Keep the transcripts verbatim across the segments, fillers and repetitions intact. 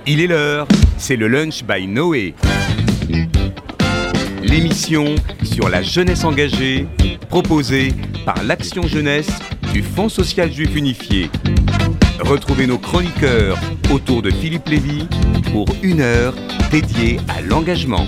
Il est l'heure, c'est le Lunch by Noé. L'émission sur la jeunesse engagée, proposée par l'Action Jeunesse du Fonds social juif unifié. Retrouvez nos chroniqueurs autour de Philippe Lévy pour une heure dédiée à l'engagement.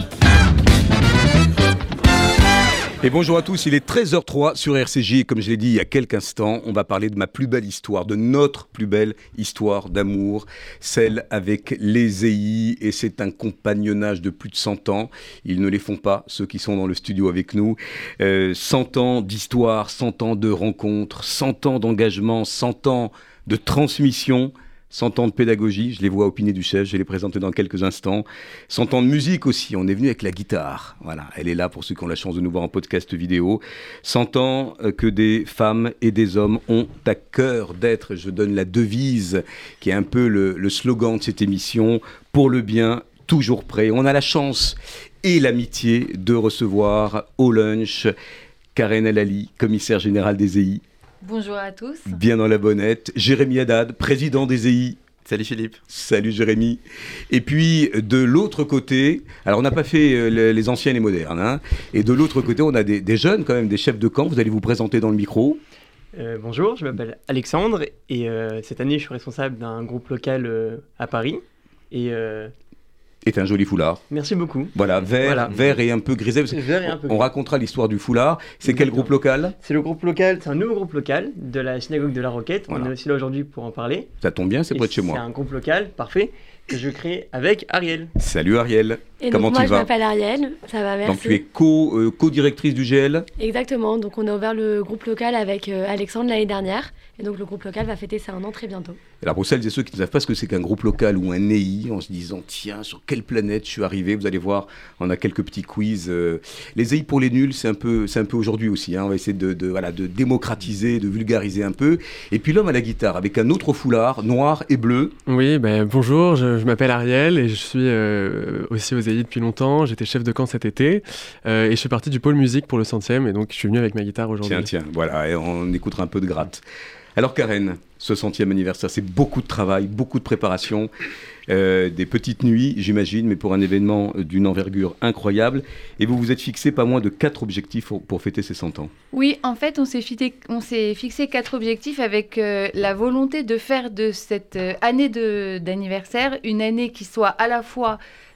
Et bonjour à tous, il est treize heures zéro trois sur R C J et comme je l'ai dit il y a quelques instants, on va parler de ma plus belle histoire, de notre plus belle histoire d'amour, celle avec les E I, et c'est un compagnonnage de plus de cent ans. Ils ne les font pas, ceux qui sont dans le studio avec nous. Euh, cent ans d'histoire, cent ans de rencontres, cent ans d'engagement, cent ans de transmission. cent ans de pédagogie, je les vois au Pinet du Chef, je vais les présenter dans quelques instants. cent ans de musique aussi, on est venu avec la guitare. Voilà, elle est là pour ceux qui ont la chance de nous voir en podcast vidéo. cent ans que des femmes et des hommes ont à cœur d'être. Je donne la devise qui est un peu le, le slogan de cette émission. Pour le bien, toujours prêt. On a la chance et l'amitié de recevoir au lunch Karen El Ali, commissaire général des E I. Bonjour à tous. Bien dans la bonnette. Jérémy Haddad, président des E I. Salut Philippe. Salut Jérémy. Et puis de l'autre côté, alors on n'a pas fait euh, les, les anciens et les modernes, hein, et de l'autre côté on a des, des jeunes quand même, des chefs de camp. Vous allez vous présenter dans le micro. Euh, bonjour, je m'appelle Alexandre et euh, cette année je suis responsable d'un groupe local euh, à Paris. Et euh, est un joli foulard. Merci beaucoup. Voilà, vert, voilà. vert et un peu grisé. Vert et un peu on, on racontera l'histoire du foulard. C'est quel groupe local ? C'est le groupe local, c'est un nouveau groupe local de la synagogue de la Roquette. Voilà. On est aussi là aujourd'hui pour en parler. Ça tombe bien, c'est et près de chez moi. C'est un groupe local, parfait, que je crée avec Ariel. Salut Ariel. Et Comment donc moi, tu vas ? je m'appelle Ariel, ça va, merci. Donc tu es co, euh, co-directrice du G L ? Exactement, donc on a ouvert le groupe local avec euh, Alexandre l'année dernière. Et donc le groupe local va fêter ses un an très bientôt. Alors pour celles et ceux qui ne savent pas ce que c'est qu'un groupe local ou un E I, en se disant tiens, sur quelle planète je suis arrivé, vous allez voir, on a quelques petits quiz. Euh, les E I pour les nuls, c'est un peu, c'est un peu aujourd'hui aussi, hein, on va essayer de, de, voilà, de démocratiser, de vulgariser un peu. Et puis l'homme à la guitare avec un autre foulard, noir et bleu. Oui, ben, bonjour, je, je m'appelle Ariel et je suis euh, aussi aux E I depuis longtemps. J'étais chef de camp cet été euh, et je fais partie du pôle musique pour le centième et donc je suis venu avec ma guitare aujourd'hui. Tiens, tiens, voilà, et on écoutera un peu de gratte. Alors Karen, ce centième anniversaire, c'est beaucoup de travail, beaucoup de préparation, euh, des petites nuits, j'imagine, mais pour un événement d'une envergure incroyable. Et vous vous êtes fixé pas moins de quatre objectifs pour, pour fêter ces cent ans. Oui, en fait, on s'est, fité, on s'est fixé quatre objectifs avec euh, la volonté de faire de cette euh, année de, d'anniversaire une année qui soit à la fois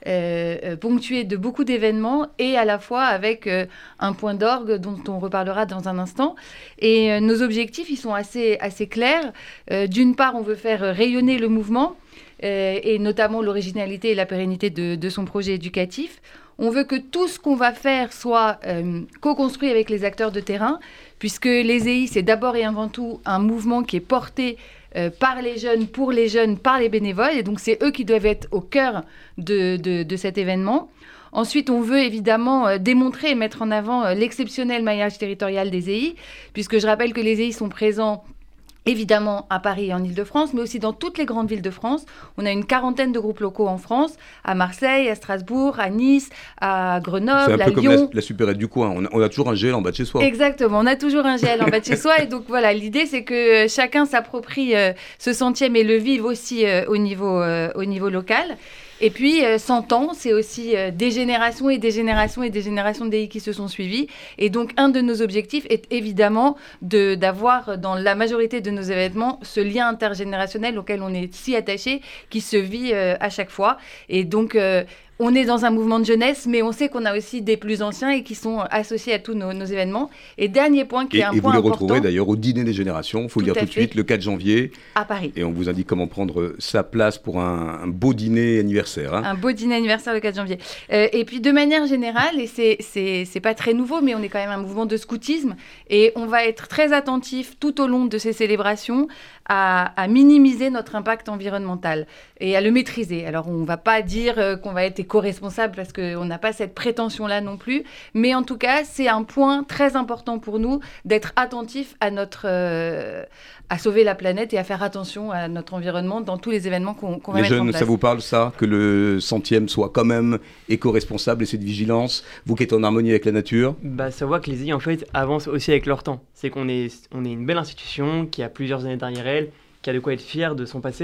Euh, ponctué de beaucoup d'événements et à la fois avec euh, un point d'orgue dont on reparlera dans un instant. Et euh, nos objectifs, ils sont assez, assez clairs. Euh, d'une part, on veut faire rayonner le mouvement euh, et notamment l'originalité et la pérennité de, de son projet éducatif. On veut que tout ce qu'on va faire soit euh, co-construit avec les acteurs de terrain, puisque les E I, c'est d'abord et avant tout un mouvement qui est porté Euh, par les jeunes, pour les jeunes, par les bénévoles. Et donc, c'est eux qui doivent être au cœur de, de, de cet événement. Ensuite, on veut évidemment euh, démontrer et mettre en avant euh, l'exceptionnel maillage territorial des E I, puisque je rappelle que les E I sont présents évidemment à Paris et en Ile-de-France, mais aussi dans toutes les grandes villes de France. On a une quarantaine de groupes locaux en France, à Marseille, à Strasbourg, à Nice, à Grenoble, à Lyon. C'est un peu comme la, la supérette du coin, on a, on a toujours un G L en bas de chez soi. Exactement, on a toujours un G L en bas de chez soi. Et donc voilà, l'idée c'est que chacun s'approprie euh, ce centième et le vive aussi euh, au, niveau, euh, au niveau local. Et puis, euh, cent ans, c'est aussi euh, des générations et des générations et des générations d'E I qui se sont suivies. Et donc, un de nos objectifs est évidemment de, d'avoir dans la majorité de nos événements ce lien intergénérationnel auquel on est si attaché, qui se vit euh, à chaque fois. Et donc, euh, on est dans un mouvement de jeunesse, mais on sait qu'on a aussi des plus anciens et qui sont associés à tous nos, nos événements. Et dernier point qui et, est un et point important... Et vous les retrouverez d'ailleurs au dîner des générations, il faut le dire tout de suite, le quatre janvier. À Paris. Et on vous indique comment prendre sa place pour un, un beau dîner anniversaire. Hein. Un beau dîner anniversaire le quatre janvier. Euh, et puis de manière générale, et c'est, c'est, c'est pas très nouveau, mais on est quand même un mouvement de scoutisme, et on va être très attentif tout au long de ces célébrations à, à minimiser notre impact environnemental et à le maîtriser. Alors on va pas dire euh, qu'on va être éco-responsable parce qu'on n'a pas cette prétention-là non plus, mais en tout cas, c'est un point très important pour nous d'être attentif à notre... Euh, à sauver la planète et à faire attention à notre environnement dans tous les événements qu'on, qu'on va les mettre en place. Les jeunes, ça vous parle ça, que le centième soit quand même éco-responsable et cette vigilance, vous qui êtes en harmonie avec la nature? Bah, ça voit que les E I en fait avancent aussi avec leur temps. C'est qu'on est, on est une belle institution qui a plusieurs années derrière elle, qui a de quoi être fière de son passé.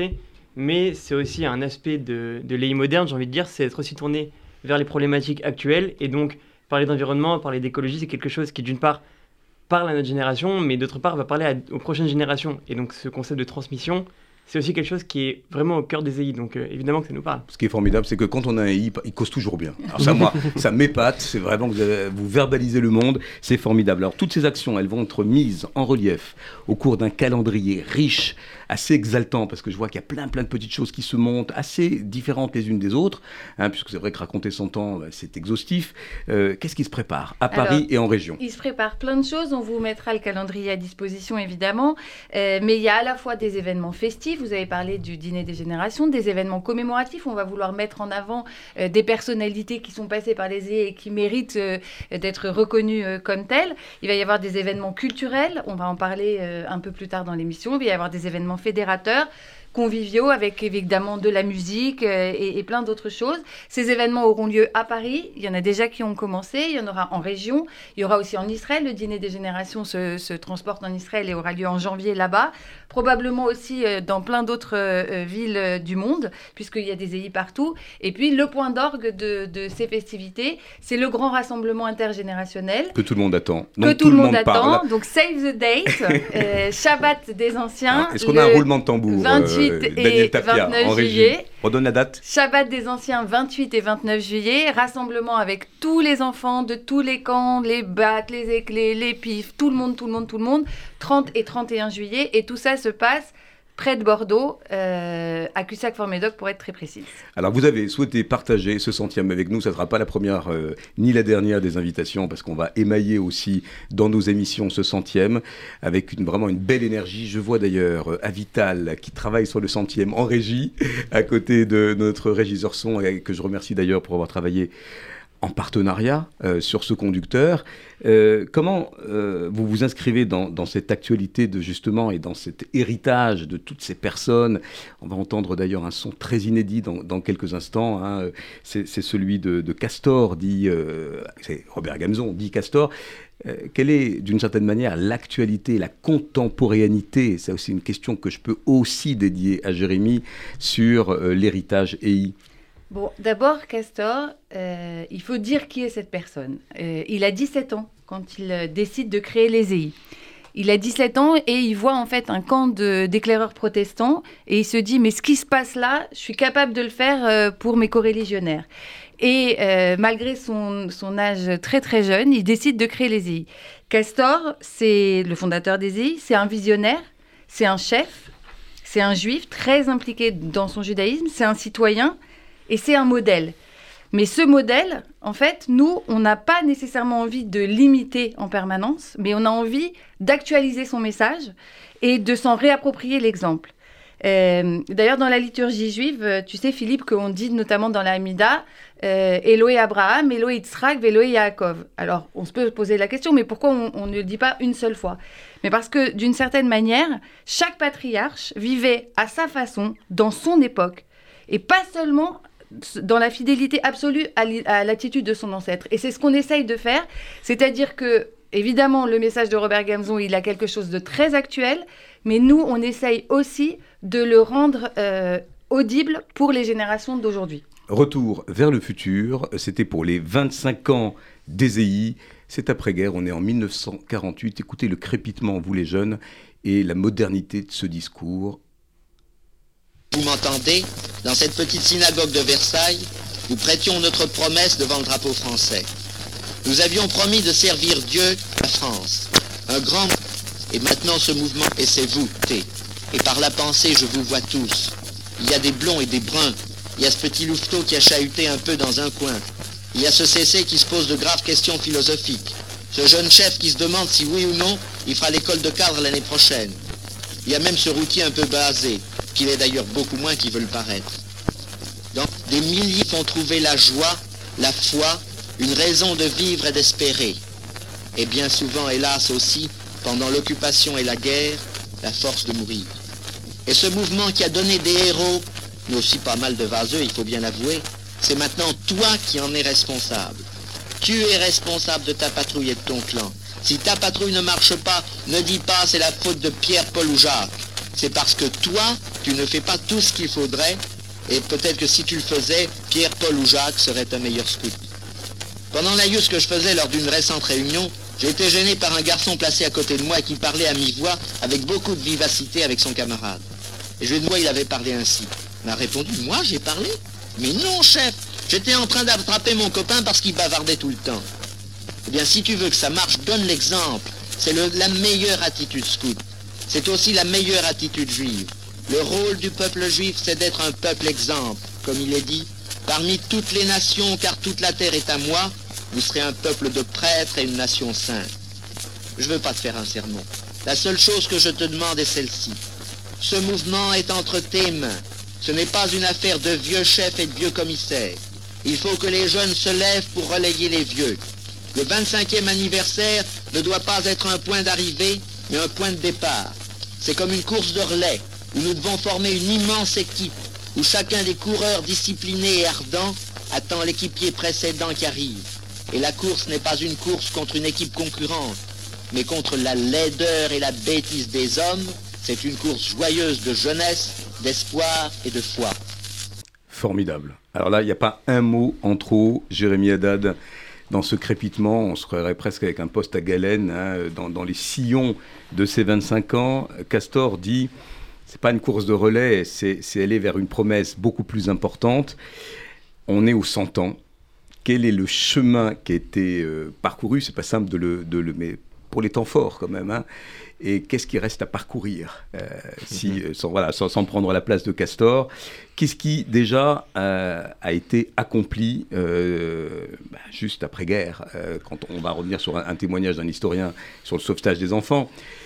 mais c'est aussi un aspect de, de l'E I moderne, j'ai envie de dire, c'est être aussi tourné vers les problématiques actuelles. Et donc, parler d'environnement, parler d'écologie, c'est quelque chose qui, d'une part, parle à notre génération, mais d'autre part, va parler à, aux prochaines générations. Et donc, ce concept de transmission, c'est aussi quelque chose qui est vraiment au cœur des E I, donc euh, évidemment que ça nous parle. Ce qui est formidable, c'est que quand on a un E I, il cause toujours bien. Alors ça, moi, ça m'épate, c'est vraiment que vous, avez, vous verbalisez le monde, c'est formidable. Alors toutes ces actions, elles vont être mises en relief au cours d'un calendrier riche, assez exaltant, parce que je vois qu'il y a plein plein de petites choses qui se montent, assez différentes les unes des autres, hein, puisque c'est vrai que raconter cent ans, bah, c'est exhaustif. Euh, qu'est-ce qui se prépare à Paris Alors, et en région? Il se prépare plein de choses, on vous mettra le calendrier à disposition évidemment, euh, mais il y a à la fois des événements festifs, vous avez parlé du dîner des générations, des événements commémoratifs, on va vouloir mettre en avant euh, des personnalités qui sont passées par les E I et qui méritent euh, d'être reconnues euh, comme telles. Il va y avoir des événements culturels, on va en parler euh, un peu plus tard dans l'émission, il va y avoir des événements fédérateurs, conviviaux avec évidemment de la musique euh, et, et plein d'autres choses. Ces événements auront lieu à Paris, il y en a déjà qui ont commencé, il y en aura en région, il y aura aussi en Israël, le dîner des générations se, se transporte en Israël et aura lieu en janvier là-bas, probablement aussi euh, dans plein d'autres euh, villes euh, du monde, puisqu'il y a des E I partout. Et puis le point d'orgue de, de ces festivités, c'est le grand rassemblement intergénérationnel. Que tout le monde attend. Que Donc, tout, le monde, attend, parle. donc save the date, euh, Shabbat des anciens. Alors, est-ce qu'on a un roulement de tambour vingt-huit euh, et Daniel Tapia, vingt-neuf en régie. juillet. Redonne la date. Shabbat des anciens, vingt-huit et vingt-neuf juillet, rassemblement avec tous les enfants de tous les camps, les bacs, les éclés, les pifs, tout le monde, tout le monde, tout le monde, trente et trente et un juillet, et tout ça se passe près de Bordeaux, euh, à Cussac-Fort-Médoc pour être très précise. Alors vous avez souhaité partager ce centième avec nous, ça ne sera pas la première euh, ni la dernière des invitations, parce qu'on va émailler aussi dans nos émissions ce centième, avec une, vraiment une belle énergie. Je vois d'ailleurs euh, Avital qui travaille sur le centième en régie, à côté de notre régisseur son, et que je remercie d'ailleurs pour avoir travaillé en partenariat euh, sur ce conducteur. Euh, comment euh, vous vous inscrivez dans, dans cette actualité de justement et dans cet héritage de toutes ces personnes? On va entendre d'ailleurs un son très inédit dans, dans quelques instants. Hein. C'est, c'est celui de, de Castor, dit euh, c'est Robert Gamzon, dit Castor. Euh, quelle est d'une certaine manière l'actualité, la contemporanéité? C'est aussi une question que je peux aussi dédier à Jérémy sur euh, l'héritage E I. Bon, d'abord, Castor, euh, il faut dire qui est cette personne. Euh, il a dix-sept ans quand il euh, décide de créer les E I. Il a dix-sept ans et il voit en fait un camp de, d'éclaireurs protestants et il se dit « mais ce qui se passe là, je suis capable de le faire euh, pour mes coreligionnaires ». Et euh, malgré son, son âge très très jeune, il décide de créer les E I. Castor, c'est le fondateur des E I, c'est un visionnaire, c'est un chef, c'est un juif très impliqué dans son judaïsme, c'est un citoyen, et c'est un modèle. Mais ce modèle, en fait, nous, on n'a pas nécessairement envie de l'imiter en permanence, mais on a envie d'actualiser son message et de s'en réapproprier l'exemple. Euh, d'ailleurs, dans la liturgie juive, tu sais, Philippe, qu'on dit notamment dans la Hamida, euh, Elohé Abraham, Elohé Yitzhak, Elohé Yaakov. Alors, on se peut poser la question, mais pourquoi on, on ne le dit pas une seule fois? Mais parce que, d'une certaine manière, chaque patriarche vivait à sa façon, dans son époque, et pas seulement dans la fidélité absolue à l'attitude de son ancêtre. Et c'est ce qu'on essaye de faire, c'est-à-dire que, évidemment, le message de Robert Gamzon, il a quelque chose de très actuel, mais nous, on essaye aussi de le rendre euh, audible pour les générations d'aujourd'hui. Retour vers le futur, c'était pour les vingt-cinq ans des E I. C'est après-guerre, on est en mille neuf cent quarante-huit. Écoutez le crépitement, vous les jeunes, et la modernité de ce discours. Vous m'entendez? Dans cette petite synagogue de Versailles, nous prêtions notre promesse devant le drapeau français. Nous avions promis de servir Dieu, la France. Un grand... Et maintenant ce mouvement, et c'est vous, T. Et par la pensée, je vous vois tous. Il y a des blonds et des bruns. Il y a ce petit louveteau qui a chahuté un peu dans un coin. Il y a ce C C qui se pose de graves questions philosophiques. Ce jeune chef qui se demande si oui ou non, il fera l'école de cadre l'année prochaine. Il y a même ce routier un peu blasé, qu'il est d'ailleurs beaucoup moins qui veut le paraître. Donc, des milliers ont trouvé la joie, la foi, une raison de vivre et d'espérer. Et bien souvent, hélas aussi, pendant l'occupation et la guerre, la force de mourir. Et ce mouvement qui a donné des héros, mais aussi pas mal de vaseux, il faut bien l'avouer, c'est maintenant toi qui en es responsable. Tu es responsable de ta patrouille et de ton clan. Si ta patrouille ne marche pas, ne dis pas c'est la faute de Pierre, Paul ou Jacques. c'est parce que toi, tu ne fais pas tout ce qu'il faudrait, et peut-être que si tu le faisais, Pierre, Paul ou Jacques serait un meilleur scout. Pendant l'aïeus que je faisais lors d'une récente réunion, j'ai été gêné par un garçon placé à côté de moi qui parlait à mi-voix avec beaucoup de vivacité avec son camarade. Et je lui ai demandé, il avait parlé ainsi. Il m'a répondu, moi j'ai parlé? Mais non, chef, j'étais en train d'attraper mon copain parce qu'il bavardait tout le temps. Eh bien, si tu veux que ça marche, donne l'exemple. C'est le, la meilleure attitude scout. C'est aussi la meilleure attitude juive. Le rôle du peuple juif, c'est d'être un peuple exemple. Comme il est dit, parmi toutes les nations, car toute la terre est à moi, vous serez un peuple de prêtres et une nation sainte. Je ne veux pas te faire un sermon. La seule chose que je te demande est celle-ci. Ce mouvement est entre tes mains. Ce n'est pas une affaire de vieux chefs et de vieux commissaires. Il faut que les jeunes se lèvent pour relayer les vieux. Le vingt-cinquième anniversaire ne doit pas être un point d'arrivée, mais un point de départ. C'est comme une course de relais, où nous devons former une immense équipe, où chacun des coureurs disciplinés et ardents attend l'équipier précédent qui arrive. Et la course n'est pas une course contre une équipe concurrente, mais contre la laideur et la bêtise des hommes. C'est une course joyeuse de jeunesse, d'espoir et de foi. Formidable. Alors là, il n'y a pas un mot en trop, Jérémy Haddad. Dans ce crépitement, on se croirait presque avec un poste à galène, hein, dans, dans les sillons de ses vingt-cinq ans. Castor dit, c'est pas une course de relais, c'est, c'est aller vers une promesse beaucoup plus importante. On est aux cent ans. Quel est le chemin qui a été euh, parcouru? C'est pas simple de le, de le, mais pour les temps forts quand même, hein. Et qu'est-ce qui reste à parcourir, euh, si, mm-hmm. sans, voilà, sans, sans prendre la place de Castor? Qu'est-ce qui déjà euh, a été accompli euh, bah, juste après-guerre, euh, quand on va revenir sur un, un témoignage d'un historien sur le sauvetage des enfants?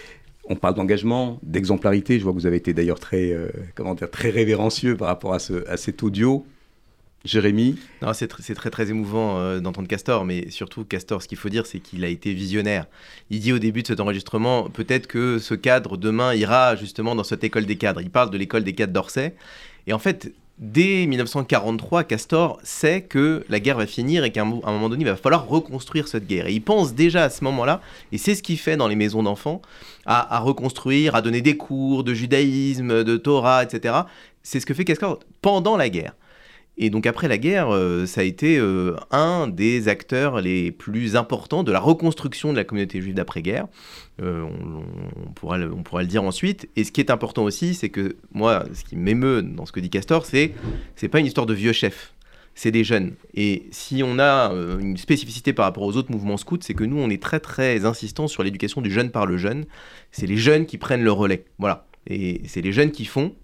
On parle d'engagement, d'exemplarité. Je vois que vous avez été d'ailleurs très, euh, comment dire, très révérencieux par rapport à, ce, à cet audio. Jérémy? Non, c'est, tr- c'est très très émouvant euh, d'entendre Castor, mais surtout Castor, ce qu'il faut dire, c'est qu'il a été visionnaire. Il dit au début de cet enregistrement, peut-être que ce cadre demain ira justement dans cette école des cadres. Il parle de l'école des cadres d'Orsay. Et en fait, dès dix-neuf cent quarante-trois, Castor sait que la guerre va finir et qu'à un, à un moment donné, il va falloir reconstruire cette guerre. Et il pense déjà à ce moment-là, et c'est ce qu'il fait dans les maisons d'enfants, à, à reconstruire, à donner des cours de judaïsme, de Torah, et cetera. C'est ce que fait Castor pendant la guerre. Et donc après la guerre, euh, ça a été euh, un des acteurs les plus importants de la reconstruction de la communauté juive d'après-guerre. Euh, on, on, pourra le, on pourra le dire ensuite. Et ce qui est important aussi, c'est que moi, ce qui m'émeut dans ce que dit Castor, c'est c'est pas une histoire de vieux chefs, c'est des jeunes. Et si on a euh, une spécificité par rapport aux autres mouvements scouts, c'est que nous, on est très très insistant sur l'éducation du jeune par le jeune. C'est les jeunes qui prennent le relais. Voilà. Et c'est les jeunes qui font,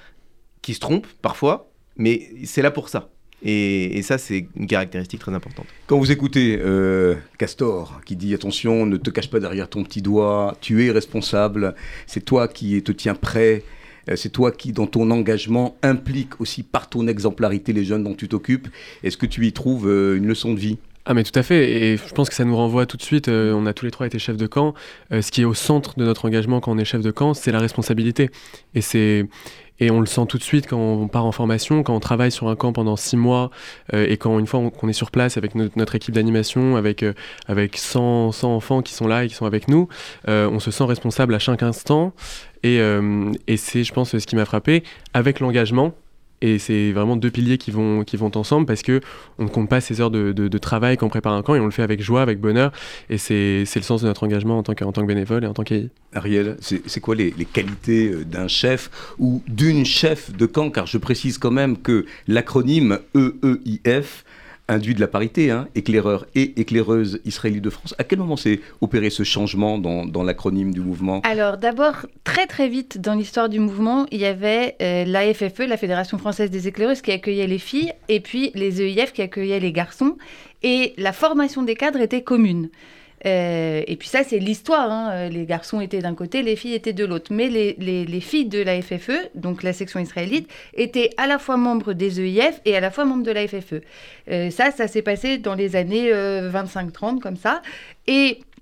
qui se trompent parfois, mais c'est là pour ça. Et, et ça, c'est une caractéristique très importante. Quand vous écoutez euh, Castor, qui dit « Attention, ne te cache pas derrière ton petit doigt, tu es responsable, c'est toi qui te tiens prêt, euh, c'est toi qui, dans ton engagement, implique aussi par ton exemplarité les jeunes dont tu t'occupes. » Est-ce que tu y trouves euh, une leçon de vie ? Ah mais tout à fait, et je pense que ça nous renvoie tout de suite, euh, on a tous les trois été chefs de camp, euh, ce qui est au centre de notre engagement quand on est chef de camp, c'est la responsabilité. Et, c'est... et on le sent tout de suite quand on part en formation, quand on travaille sur un camp pendant six mois, euh, et quand une fois on, qu'on est sur place avec notre, notre équipe d'animation, avec, euh, avec cent, cent enfants qui sont là et qui sont avec nous, euh, on se sent responsable à chaque instant, et, euh, et c'est je pense ce qui m'a frappé, avec l'engagement. Et c'est vraiment deux piliers qui vont, qui vont ensemble parce qu'on ne compte pas ces heures de, de, de travail quand on prépare un camp et on le fait avec joie, avec bonheur. Et c'est, c'est le sens de notre engagement en tant que, en tant que bénévole et en tant qu'A I. Ariel, c'est, c'est quoi les, les qualités d'un chef ou d'une chef de camp? Car je précise quand même que l'acronyme E E I F induit de la parité, hein, éclaireur et éclaireuse israélite de France. À quel moment s'est opéré ce changement dans, dans l'acronyme du mouvement? Alors d'abord, très très vite dans l'histoire du mouvement, il y avait euh, l'A F F E, la Fédération Française des Éclaireuses, qui accueillait les filles, et puis les E I F qui accueillaient les garçons, et la formation des cadres était commune. Euh, et puis ça, c'est l'histoire, hein. Les garçons étaient d'un côté, les filles étaient de l'autre. Mais les, les, les filles de l'A F F E, donc la section israélite, étaient à la fois membres des E I F et à la fois membres de l'A F F E. Euh, ça, ça s'est passé dans les années euh, vingt-cinq trente, comme ça. Et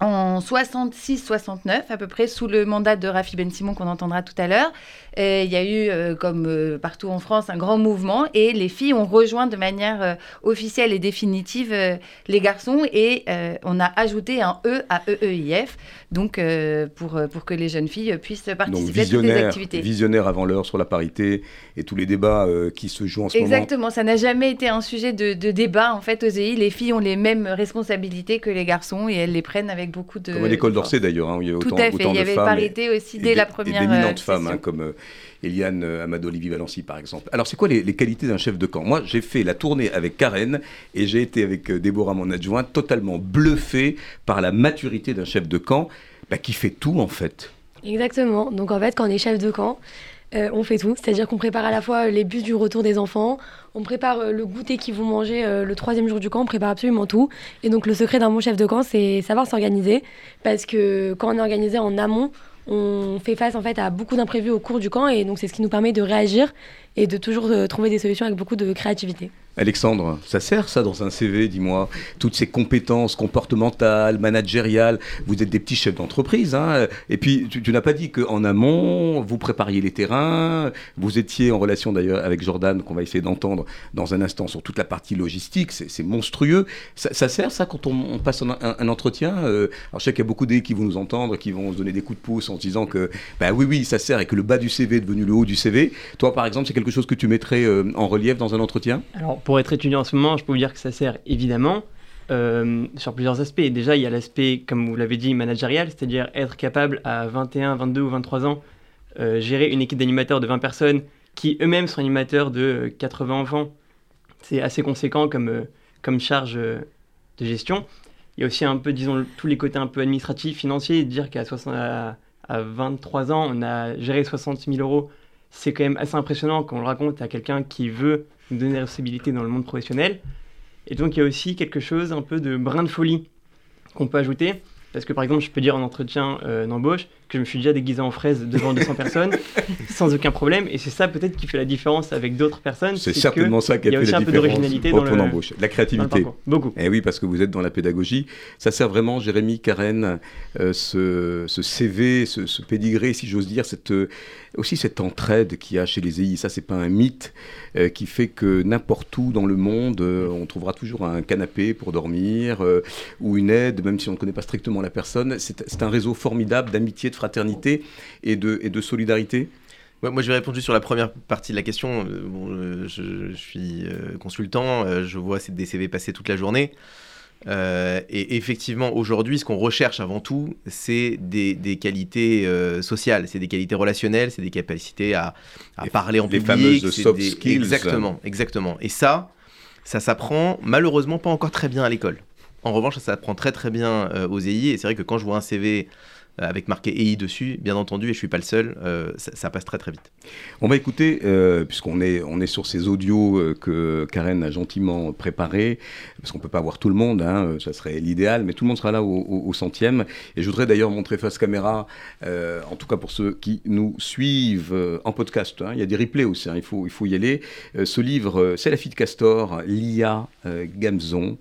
en soixante-six soixante-neuf, à peu près, sous le mandat de Rafi Ben Simon, qu'on entendra tout à l'heure. Euh, il y a eu, euh, comme euh, partout en France, un grand mouvement et les filles ont rejoint de manière euh, officielle et définitive euh, les garçons et euh, on a ajouté un E à E E I F, donc euh, pour, pour que les jeunes filles puissent participer à toutes les activités. Visionnaire avant l'heure sur la parité et tous les débats euh, qui se jouent en ce Exactement, moment. Exactement, ça n'a jamais été un sujet de, de débat en fait aux E I. Les filles ont les mêmes responsabilités que les garçons et elles les prennent avec beaucoup de... Comme à l'école d'Orsay d'ailleurs, hein, où il y a autant, Tout à fait, autant il y de avait femmes parité et, aussi et dès des, la première et d'éminentes session. femmes hein, comme euh, Eliane euh, Amado Olivier Valency par exemple. Alors c'est quoi les, les qualités d'un chef de camp? Moi j'ai fait la tournée avec Karen et j'ai été avec euh, Déborah mon adjointe totalement bluffé par la maturité d'un chef de camp bah, qui fait tout en fait. Exactement, donc en fait quand on est chef de camp, Euh, on fait tout, c'est-à-dire qu'on prépare à la fois les bus du retour des enfants, on prépare euh, le goûter qu'ils vont manger euh, le troisième jour du camp, on prépare absolument tout. Et donc le secret d'un bon chef de camp, c'est savoir s'organiser, parce que quand on est organisé en amont, on fait face en fait à beaucoup d'imprévus au cours du camp, et donc c'est ce qui nous permet de réagir et de toujours euh, trouver des solutions avec beaucoup de créativité. Alexandre, ça sert ça dans un C V, dis-moi, toutes ces compétences comportementales, managériales, vous êtes des petits chefs d'entreprise, hein, et puis tu, tu n'as pas dit qu'en amont, vous prépariez les terrains, vous étiez en relation d'ailleurs avec Jordan, qu'on va essayer d'entendre dans un instant sur toute la partie logistique, c'est, c'est monstrueux, ça, ça sert ça quand on, on passe un, un, un entretien euh, alors je sais qu'il y a beaucoup d'élèves qui vont nous entendre, qui vont se donner des coups de pouce en se disant que, bah oui, oui, ça sert et que le bas du C V est devenu le haut du C V, toi par exemple, c'est quelque chose que tu mettrais euh, en relief dans un entretien? Alors, pour être étudiant en ce moment, je peux vous dire que ça sert évidemment euh, sur plusieurs aspects. Déjà, il y a l'aspect, comme vous l'avez dit, managérial, c'est-à-dire être capable à vingt et un, vingt-deux ou vingt-trois ans, euh, gérer une équipe d'animateurs de vingt personnes qui eux-mêmes sont animateurs de quatre-vingts enfants. C'est assez conséquent comme, euh, comme charge euh, de gestion. Il y a aussi un peu, disons, tous les côtés un peu administratifs, financiers, dire qu'à soixante, à, à vingt-trois ans, on a géré soixante mille euros. C'est quand même assez impressionnant quand on le raconte à quelqu'un qui veut nous donner des responsabilités dans le monde professionnel. Et donc il y a aussi quelque chose un peu de brin de folie qu'on peut ajouter, parce que par exemple je peux dire en entretien euh, d'embauche que je me suis déjà déguisé en fraise devant deux cents personnes sans aucun problème, et c'est ça peut-être qui fait la différence avec d'autres personnes. C'est, c'est certainement ça qui a, a fait la différence pour ton embauche, la créativité. Beaucoup. Et oui, parce que vous êtes dans la pédagogie, ça sert vraiment, Jérémy, Karen, euh, ce, ce C V, ce, ce pédigré, si j'ose dire, cette, euh, aussi cette entraide qu'il y a chez les E I. Ça, c'est pas un mythe euh, qui fait que n'importe où dans le monde, euh, on trouvera toujours un canapé pour dormir euh, ou une aide, même si on ne connaît pas strictement la personne. C'est, c'est un réseau formidable d'amitié, de fraternité et de, et de solidarité. Ouais, moi, je vais répondre juste sur la première partie de la question. Bon, je, je suis euh, consultant, euh, je vois des C V passer toute la journée. Euh, et effectivement, aujourd'hui, ce qu'on recherche avant tout, c'est des, des qualités euh, sociales, c'est des qualités relationnelles, c'est des capacités à, à parler en les public. Les fameuses soft des... skills. Exactement, exactement. Et ça, ça s'apprend malheureusement pas encore très bien à l'école. En revanche, ça s'apprend très très bien euh, aux E I. Et c'est vrai que quand je vois un C V avec marqué E I dessus, bien entendu, et je ne suis pas le seul, euh, ça, ça passe très très vite. On va écouter, euh, puisqu'on est, on est sur ces audios euh, que Karen a gentiment préparés, parce qu'on ne peut pas voir tout le monde, hein, ça serait l'idéal, mais tout le monde sera là au, au, au centième. Et je voudrais d'ailleurs montrer face caméra, euh, en tout cas pour ceux qui nous suivent euh, en podcast, hein, il y a des replays aussi, hein, il, faut, il faut y aller. Euh, ce livre, euh, c'est la fille de Castor, Lia euh, Gamzon.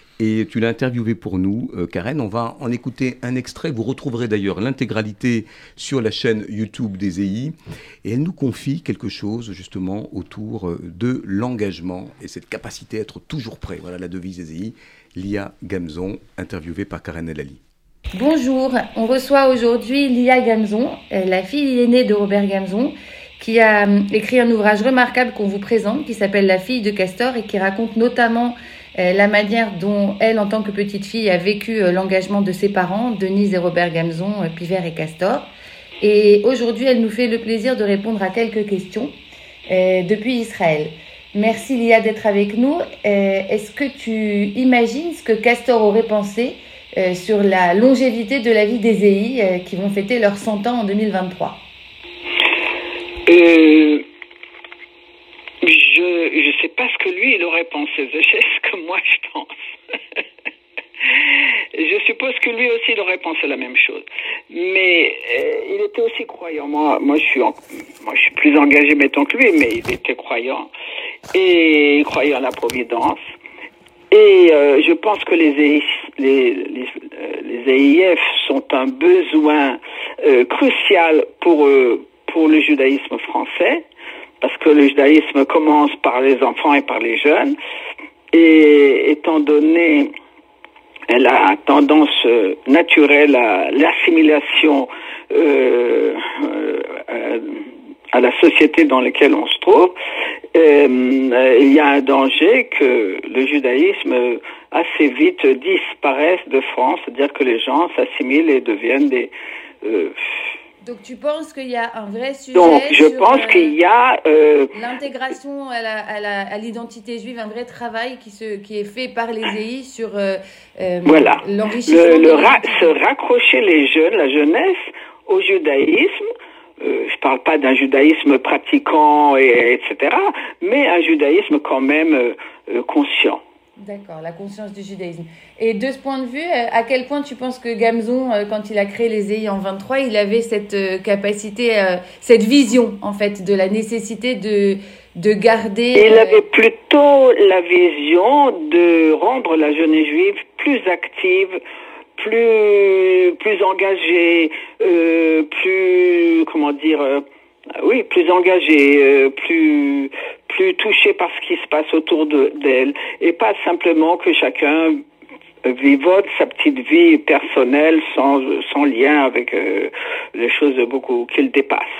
Et tu l'as interviewé pour nous, euh, Karen. On va en écouter un extrait. Vous retrouverez d'ailleurs l'intégralité sur la chaîne YouTube des E I. Et elle nous confie quelque chose justement autour de l'engagement et cette capacité à être toujours prêt. Voilà la devise des E I. Lia Gamzon, interviewée par Karen El Ali. Bonjour, on reçoit aujourd'hui Lia Gamzon, la fille aînée de Robert Gamzon, qui a écrit un ouvrage remarquable qu'on vous présente, qui s'appelle La fille de Castor et qui raconte notamment la manière dont elle, en tant que petite fille, a vécu l'engagement de ses parents, Denise et Robert Gamzon, Pivert et Castor. Et aujourd'hui, elle nous fait le plaisir de répondre à quelques questions euh, depuis Israël. Merci Lia d'être avec nous. Euh, est-ce que tu imagines ce que Castor aurait pensé euh, sur la longévité de la vie des E I euh, qui vont fêter leurs cent ans en deux mille vingt-trois? Euh... Je ne sais pas ce que lui, il aurait pensé. Je sais ce que moi, je pense. Je suppose que lui aussi, il aurait pensé la même chose. Mais euh, il était aussi croyant. Moi, moi, je suis en, moi, je suis plus engagé, mettons, que lui, mais il était croyant. Et il croyait en la providence. Et euh, je pense que les, les, les, les A I F sont un besoin euh, crucial pour, euh, pour le judaïsme français, parce que le judaïsme commence par les enfants et par les jeunes, et étant donné la tendance euh, naturelle à l'assimilation euh, euh, à la société dans laquelle on se trouve, euh, il y a un danger que le judaïsme assez vite disparaisse de France, c'est-à-dire que les gens s'assimilent et deviennent des... Euh, Donc tu penses qu'il y a un vrai sujet Donc je sur, pense euh, qu'il y a... Euh, l'intégration à, la, à, la, à l'identité juive, un vrai travail qui, se, qui est fait par les E I sur euh, euh, voilà. l'enrichissement. Le, le de ra- se raccrocher les jeunes, la jeunesse, au judaïsme. Euh, je parle pas d'un judaïsme pratiquant, et, etc., mais un judaïsme quand même euh, euh, conscient. D'accord, la conscience du judaïsme. Et de ce point de vue, à quel point tu penses que Gamzon, quand il a créé les E I en vingt-trois, il avait cette capacité, cette vision, en fait, de la nécessité de, de garder... Il avait plutôt la vision de rendre la jeunesse juive plus active, plus, plus engagée, euh, plus, comment dire... Euh, Oui, plus engagée, euh, plus plus touchée par ce qui se passe autour de, d'elle, et pas simplement que chacun vivote sa petite vie personnelle sans sans lien avec euh, les choses beaucoup qu'il dépasse.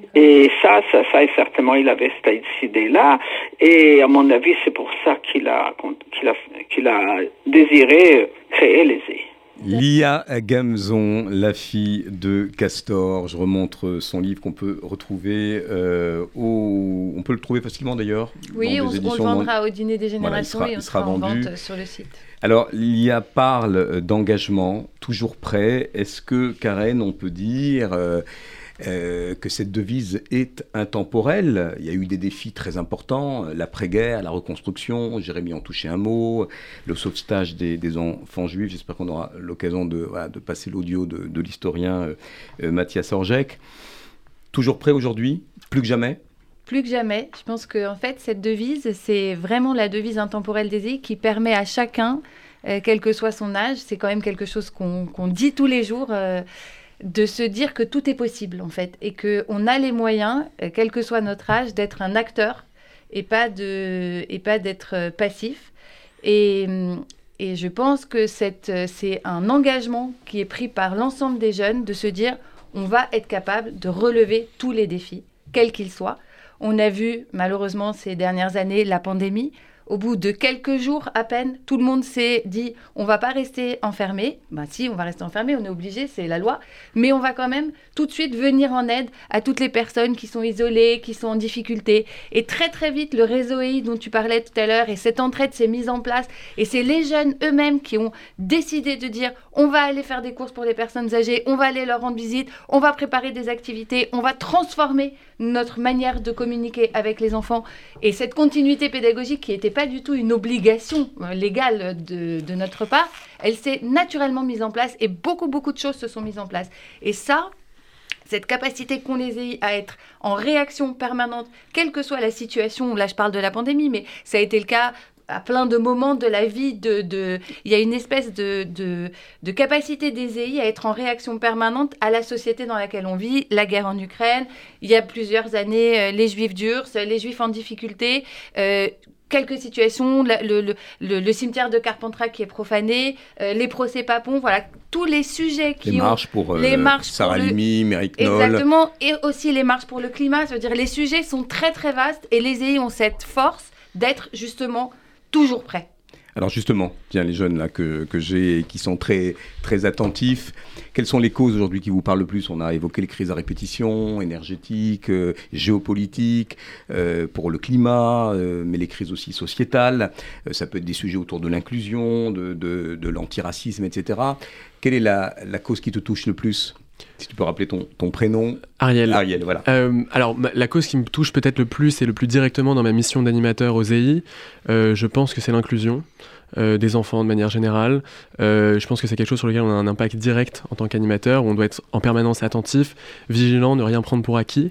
Et ça, ça, ça, certainement, il avait cette idée-là, et à mon avis, c'est pour ça qu'il a qu'il a qu'il a désiré créer les E I. Lia Gamzon, la fille de Castor. Je remontre son livre qu'on peut retrouver euh, au... On peut le trouver facilement d'ailleurs. Oui, on, on le vendra au Dîner des Générations, voilà, il sera, et on il sera sera vendu. en vente sur le site. Alors, Lia parle d'engagement, toujours prêt. Est-ce que, Karen, on peut dire... Euh, Euh, que cette devise est intemporelle? Il y a eu des défis très importants, l'après-guerre, la reconstruction, Jérémy en touchait un mot, le sauvetage des, des enfants juifs. J'espère qu'on aura l'occasion de, voilà, de passer l'audio de, de l'historien euh, euh, Mathias Orgek. Toujours prêt aujourd'hui? Plus que jamais? Plus que jamais. Je pense que en fait, cette devise, c'est vraiment la devise intemporelle des E I qui permet à chacun, euh, quel que soit son âge, c'est quand même quelque chose qu'on, qu'on dit tous les jours, euh, de se dire que tout est possible, en fait, et qu'on a les moyens, euh, quel que soit notre âge, d'être un acteur et pas, de, et pas d'être euh, passif. Et, et je pense que cette, c'est un engagement qui est pris par l'ensemble des jeunes de se dire on va être capable de relever tous les défis, quels qu'ils soient. On a vu, malheureusement, ces dernières années, la pandémie. Au bout de quelques jours à peine, tout le monde s'est dit on ne va pas rester enfermé. Ben si, on va rester enfermé, on est obligé, c'est la loi. Mais on va quand même tout de suite venir en aide à toutes les personnes qui sont isolées, qui sont en difficulté. Et très très vite, le réseau E I dont tu parlais tout à l'heure et cette entraide s'est mise en place. Et c'est les jeunes eux-mêmes qui ont décidé de dire on va aller faire des courses pour les personnes âgées, on va aller leur rendre visite, on va préparer des activités, on va transformer notre manière de communiquer avec les enfants. Et cette continuité pédagogique qui n'était pas du tout une obligation légale de, de notre part, elle s'est naturellement mise en place et beaucoup, beaucoup de choses se sont mises en place. Et ça, cette capacité qu'ont les E I à être en réaction permanente, quelle que soit la situation, là je parle de la pandémie, mais ça a été le cas à plein de moments de la vie, de, de, il y a une espèce de, de, de capacité des E I à être en réaction permanente à la société dans laquelle on vit, la guerre en Ukraine, il y a plusieurs années, euh, les Juifs d'Ur, les Juifs en difficulté, euh, quelques situations, le, le, le, le cimetière de Carpentras qui est profané, euh, les procès Papon, voilà, tous les sujets qui les ont... Marches pour, euh, les marches Sarah pour le... Limi, Méric Knoll. Exactement, et aussi les marches pour le climat, ça veut dire les sujets sont très très vastes et les E I ont cette force d'être justement toujours prêts. Alors justement, tiens, les jeunes là que, que j'ai et qui sont très, très attentifs, quelles sont les causes aujourd'hui qui vous parlent le plus? On a évoqué les crises à répétition, énergétiques, euh, géopolitiques, euh, pour le climat, euh, mais les crises aussi sociétales. Euh, ça peut être des sujets autour de l'inclusion, de, de, de l'antiracisme, et cetera. Quelle est la, la cause qui te touche le plus? Si tu peux rappeler ton, ton prénom. Ariel. Ariel, voilà. Euh, alors, ma, la cause qui me touche peut-être le plus et le plus directement dans ma mission d'animateur aux E I, euh, je pense que c'est l'inclusion euh, des enfants de manière générale. Euh, je pense que c'est quelque chose sur lequel on a un impact direct en tant qu'animateur, où on doit être en permanence attentif, vigilant, ne rien prendre pour acquis.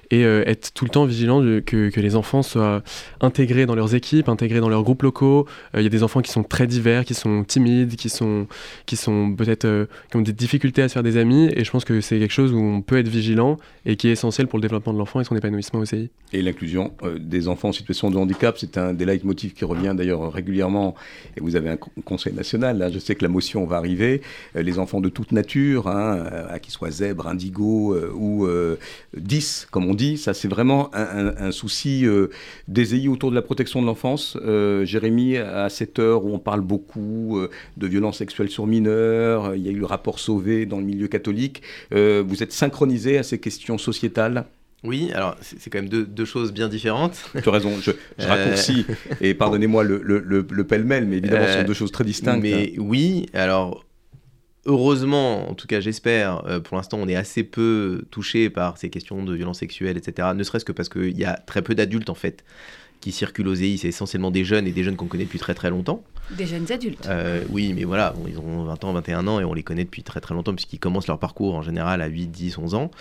et euh, être tout le temps vigilant de, que, que les enfants soient intégrés dans leurs équipes, intégrés dans leurs groupes locaux. Il euh, y a des enfants qui sont très divers, qui sont timides, qui sont, qui sont peut-être euh, qui ont des difficultés à se faire des amis, et je pense que c'est quelque chose où on peut être vigilant et qui est essentiel pour le développement de l'enfant et son épanouissement au C I. Et l'inclusion euh, des enfants en situation de handicap, c'est un des leitmotifs qui revient d'ailleurs régulièrement, et vous avez un co- conseil national, là, je sais que la motion va arriver, euh, les enfants de toute nature, hein, euh, qu'ils soient zèbres, indigos euh, ou euh, dix, comme on dit, ça c'est vraiment un, un, un souci euh, des E I autour de la protection de l'enfance. Euh, Jérémy, à cette heure où on parle beaucoup euh, de violences sexuelles sur mineurs, euh, il y a eu le rapport Sauvé dans le milieu catholique, euh, vous êtes synchronisé à ces questions sociétales? Oui, alors c'est, c'est quand même deux, deux choses bien différentes. Tu as raison, je, je raccourcis, euh... et pardonnez-moi le, le, le, le pêle-mêle, mais évidemment euh... ce sont deux choses très distinctes. Mais oui, alors heureusement, en tout cas j'espère, euh, pour l'instant on est assez peu touché par ces questions de violences sexuelles, et cetera. Ne serait-ce que parce qu'il y a très peu d'adultes en fait qui circulent aux E I, c'est essentiellement des jeunes et des jeunes qu'on connaît depuis très très longtemps. Des jeunes adultes. Euh, oui, mais voilà, bon, ils ont vingt ans, vingt et un ans et on les connaît depuis très très longtemps puisqu'ils commencent leur parcours en général à huit, dix, onze ans.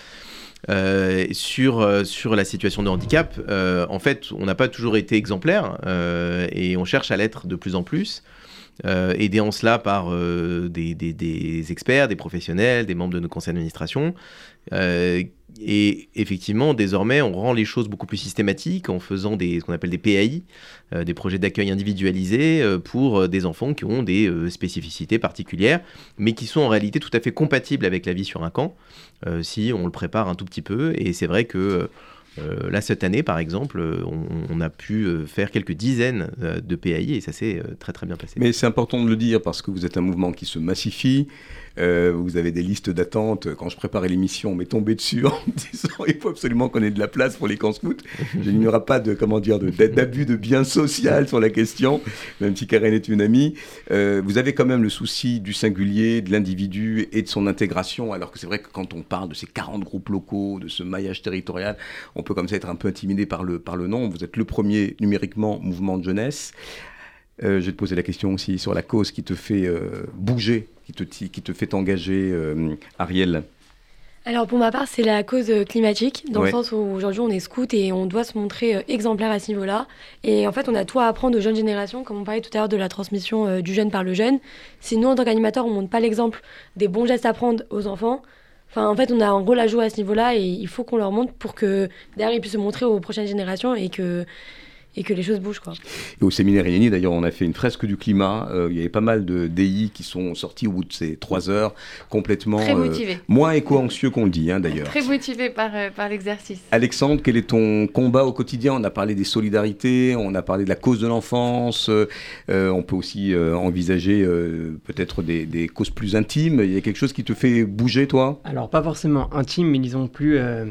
Euh, sur, euh, sur la situation de handicap, euh, en fait, on n'a pas toujours été exemplaire euh, et on cherche à l'être de plus en plus, euh, aidés en cela par euh, des, des, des experts, des professionnels, des membres de nos conseils d'administration. Euh, et effectivement, désormais, on rend les choses beaucoup plus systématiques en faisant des, ce qu'on appelle des P A I, euh, des projets d'accueil individualisés euh, pour euh, des enfants qui ont des euh, spécificités particulières, mais qui sont en réalité tout à fait compatibles avec la vie sur un camp, euh, si on le prépare un tout petit peu. Et c'est vrai que euh, là, cette année, par exemple, on, on a pu euh, faire quelques dizaines euh, de P A I et ça s'est euh, très très bien passé. Mais c'est important de le dire parce que vous êtes un mouvement qui se massifie. Euh, vous avez des listes d'attente. Quand je préparais l'émission, on m'est tombé dessus en me disant il faut absolument qu'on ait de la place pour les camps scouts. Je n'ignorais pas de, comment dire, de, d'abus de bien social sur la question, même si Karen est une amie. Euh, vous avez quand même le souci du singulier, de l'individu et de son intégration, alors que c'est vrai que quand on parle de ces quarante groupes locaux, de ce maillage territorial, on peut comme ça être un peu intimidé par le, par le nom. Vous êtes le premier numériquement mouvement de jeunesse. Euh, je vais te poser la question aussi sur la cause qui te fait euh, bouger, qui te, qui te fait t'engager, euh, Ariel. Alors pour ma part, c'est la cause climatique, dans ouais. le sens où aujourd'hui on est scout et on doit se montrer euh, exemplaire à ce niveau-là. Et en fait, on a tout à apprendre aux jeunes générations, comme on parlait tout à l'heure de la transmission euh, du jeune par le jeune. Si nous, en tant qu'animateurs, on ne montre pas l'exemple des bons gestes à prendre aux enfants, enfin, en fait, on a un rôle à jouer à ce niveau-là et il faut qu'on leur montre pour que derrière ils puissent se montrer aux prochaines générations et que... et que les choses bougent, quoi. Et au séminaire Ieni, d'ailleurs, on a fait une fresque du climat. Euh, il y avait pas mal de D I qui sont sortis au bout de ces trois heures, complètement... Très motivés. Euh, moins éco-anxieux qu'on le dit, hein, d'ailleurs. Très motivés par, euh, par l'exercice. Alexandre, quel est ton combat au quotidien? On a parlé des solidarités, on a parlé de la cause de l'enfance. Euh, on peut aussi euh, envisager euh, peut-être des, des causes plus intimes. Il y a quelque chose qui te fait bouger, toi? Alors, pas forcément intime, mais disons plus... Euh...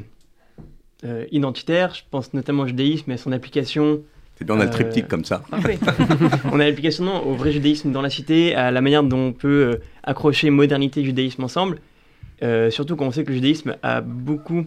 Euh, identitaire, je pense notamment au judaïsme et à son application. C'est bien, on a euh... le triptyque comme ça. Ah, oui. On a l'application non, au vrai judaïsme dans la cité, à la manière dont on peut euh, accrocher modernité et judaïsme ensemble, euh, surtout quand on sait que le judaïsme a beaucoup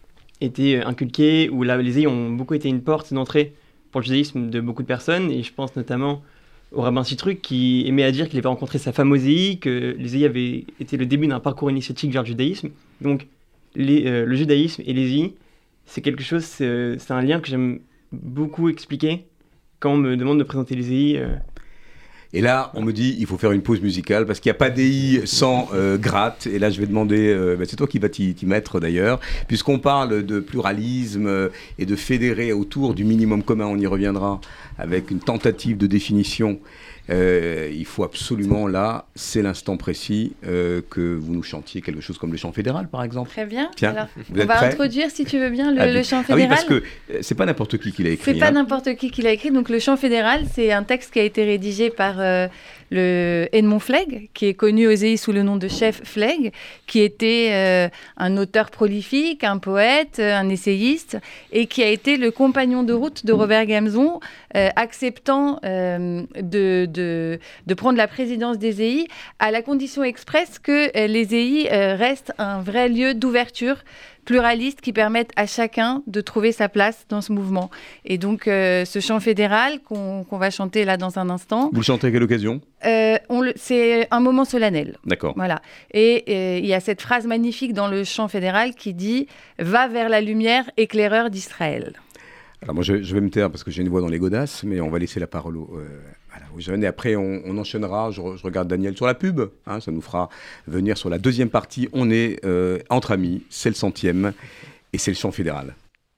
été inculqué, ou là, les E I ont beaucoup été une porte d'entrée pour le judaïsme de beaucoup de personnes, et je pense notamment au rabbin Citruc qui aimait à dire qu'il avait rencontré sa femme aux E I, que les E I avaient été le début d'un parcours initiatique vers le judaïsme. Donc les, euh, le judaïsme et les E I, c'est quelque chose, c'est, c'est un lien que j'aime beaucoup expliquer quand on me demande de présenter les E I. Euh. Et là, on me dit, il faut faire une pause musicale parce qu'il n'y a pas d'E I sans euh, gratte. Et là, je vais demander, euh, bah, c'est toi qui vas t'y, t'y mettre d'ailleurs, puisqu'on parle de pluralisme euh, et de fédérer autour du minimum commun, on y reviendra, avec une tentative de définition. Euh, il faut absolument, là, c'est l'instant précis, euh, que vous nous chantiez quelque chose comme le chant fédéral, par exemple. Très bien. Tiens, alors, vous on êtes va prêts? Introduire, si tu veux bien, le, ah, le chant fédéral. Ah oui, parce que euh, c'est pas n'importe qui qui l'a écrit. C'est pas hein. n'importe qui qui l'a écrit. Donc, le chant fédéral, c'est un texte qui a été rédigé par euh, le Edmond Flegg, qui est connu aux E I sous le nom de Chef Flegg, qui était euh, un auteur prolifique, un poète, un essayiste, et qui a été le compagnon de route de Robert Gamzon, euh, acceptant euh, de, de, de prendre la présidence des E I à la condition expresse que euh, les E I euh, restent un vrai lieu d'ouverture pluralistes qui permettent à chacun de trouver sa place dans ce mouvement. Et donc, euh, ce chant fédéral qu'on, qu'on va chanter là dans un instant... Vous le chantez à quelle occasion ? euh, on le, C'est un moment solennel. D'accord. Voilà. Et euh, il y a cette phrase magnifique dans le chant fédéral qui dit « Va vers la lumière, éclaireur d'Israël ». Alors moi, je, je vais me taire parce que j'ai une voix dans les godasses, mais on va laisser la parole aux, euh, voilà, aux jeunes. Et après, on, on enchaînera. Je, je regarde Daniel sur la pub. Hein, ça nous fera venir sur la deuxième partie. On est euh, entre amis. C'est le centième. Et c'est le chant fédéral.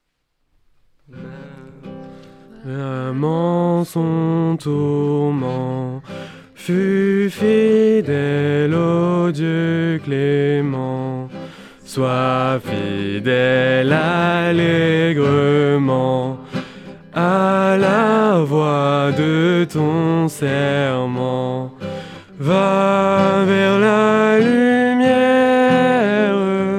Maman, son tourment fut fidèle au Dieu clément. Sois fidèle allègrement à la voix de ton serment. Va vers la lumière,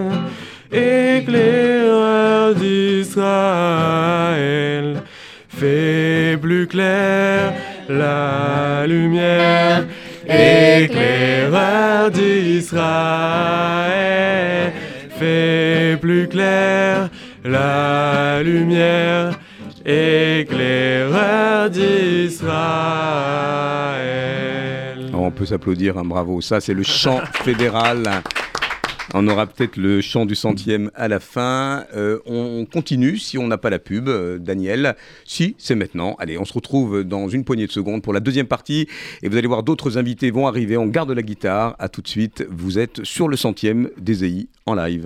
éclaireur d'Israël. Fais plus clair la lumière, éclaireur d'Israël. Fais plus clair la lumière, éclaireur d'Israël. On peut s'applaudir, hein, bravo. Ça, c'est le chant fédéral. On aura peut-être le chant du centième à la fin. Euh, on continue si on n'a pas la pub, euh, Daniel. Si, c'est maintenant. Allez, on se retrouve dans une poignée de secondes pour la deuxième partie. Et vous allez voir, d'autres invités vont arriver. On garde la guitare. À tout de suite. Vous êtes sur le centième des E I en live.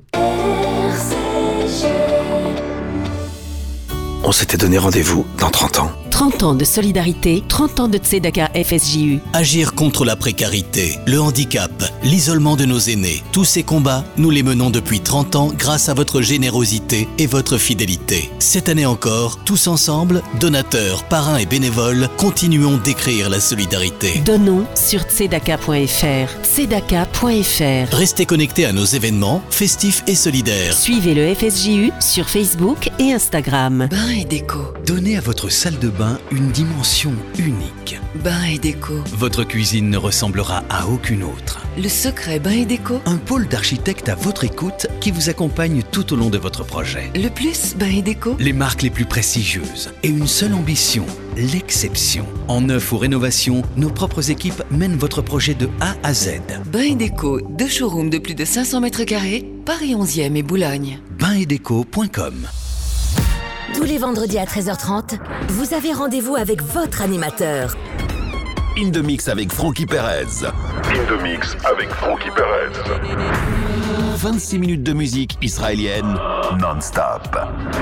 On s'était donné rendez-vous dans trente ans. trente ans de solidarité, trente ans de Tzedaka F S J U. Agir contre la précarité, le handicap, l'isolement de nos aînés. Tous ces combats, nous les menons depuis trente ans grâce à votre générosité et votre fidélité. Cette année encore, tous ensemble, donateurs, parrains et bénévoles, continuons d'écrire la solidarité. Donnons sur tzedaka point f r. tzedaka point f r. Restez connectés à nos événements, festifs et solidaires. Suivez le F S J U sur Facebook et Instagram. Bain et déco. Donnez à votre salle de bain une dimension unique. Bain et déco. Votre cuisine ne ressemblera à aucune autre. Le secret Bain et déco. Un pôle d'architectes à votre écoute qui vous accompagne tout au long de votre projet. Le plus Bain et déco. Les marques les plus prestigieuses et une seule ambition, l'exception. En neuf ou rénovation, nos propres équipes mènent votre projet de A à Z. Bain et déco, deux showrooms de plus de cinq cents mètres carrés, Paris onzième et Boulogne. bain et déco point com. Tous les vendredis à treize heures trente, vous avez rendez-vous avec votre animateur. In the Mix avec Francky Perez. In the Mix avec Francky Perez. vingt-six minutes de musique israélienne non-stop.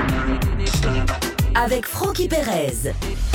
Avec Francky Perez.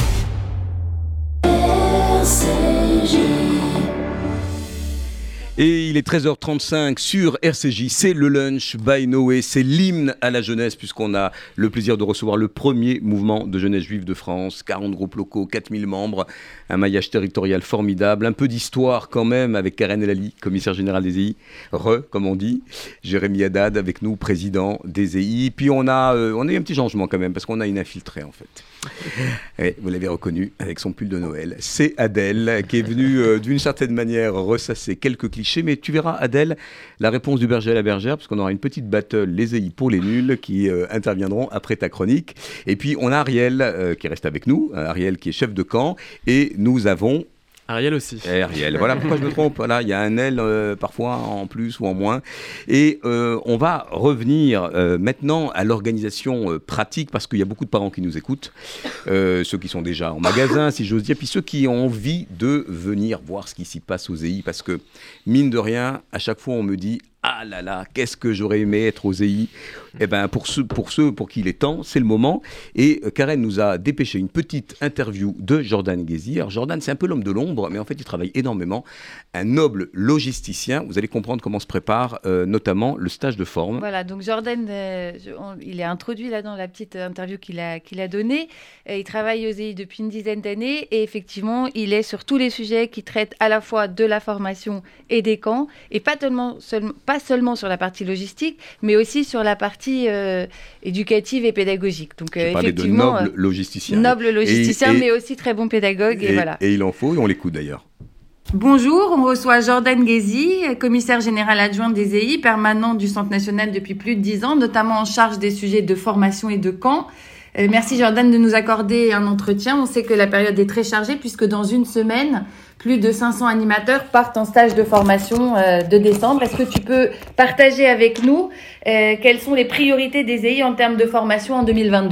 Et il est treize heures trente-cinq sur R C J, c'est le Lunch by Noé, c'est l'hymne à la jeunesse puisqu'on a le plaisir de recevoir le premier mouvement de jeunesse juive de France, quarante groupes locaux, quatre mille membres, un maillage territorial formidable, un peu d'histoire quand même avec Karen El Ali, commissaire général des E I, re comme on dit, Jérémy Haddad avec nous, président des E I, puis on a, euh, on a eu un petit changement quand même parce qu'on a une infiltrée en fait. Et vous l'avez reconnu avec son pull de Noël, c'est Adèle qui est venue euh, d'une certaine manière ressasser quelques clichés, mais tu verras Adèle, la réponse du berger à la bergère, parce qu'on aura une petite battle les E I pour les nuls qui euh, interviendront après ta chronique. Et puis on a Ariel euh, qui reste avec nous, Ariel qui est chef de camp, et nous avons... Ariel aussi. Et Ariel, voilà pourquoi je me trompe. Voilà, il y a un L euh, parfois en plus ou en moins. Et euh, on va revenir euh, maintenant à l'organisation euh, pratique parce qu'il y a beaucoup de parents qui nous écoutent, euh, ceux qui sont déjà en magasin, si j'ose dire, puis ceux qui ont envie de venir voir ce qui s'y passe aux E I parce que mine de rien, à chaque fois on me dit ah là là, qu'est-ce que j'aurais aimé être aux E I. Eh bien, pour ceux, pour ceux pour qui il est temps, c'est le moment. Et euh, Karen nous a dépêché une petite interview de Jordan Ghezi. Alors, Jordan, c'est un peu l'homme de l'ombre, mais en fait, il travaille énormément. Un noble logisticien. Vous allez comprendre comment se prépare euh, notamment le stage de forme. Voilà, donc Jordan, euh, je, on, il est introduit là dans la petite interview qu'il a, qu'il a donnée. Euh, il travaille aux E I depuis une dizaine d'années et effectivement, il est sur tous les sujets qui traitent à la fois de la formation et des camps, et pas tellement, seulement, pas seulement sur la partie logistique, mais aussi sur la partie euh, éducative et pédagogique. Donc, euh, effectivement, de noble logicien. Noble logicien, et, et, mais aussi très bon pédagogue. Et, et, voilà. et il en faut, et on l'écoute d'ailleurs. Bonjour, on reçoit Jordan Ghezi, commissaire général adjoint des E I, permanent du Centre national depuis plus de dix ans, notamment en charge des sujets de formation et de camp. Euh, merci Jordan de nous accorder un entretien. On sait que la période est très chargée puisque dans une semaine, plus de cinq cents animateurs partent en stage de formation euh, de décembre. Est-ce que tu peux partager avec nous euh, quelles sont les priorités des E I en termes de formation en deux mille vingt-deux ?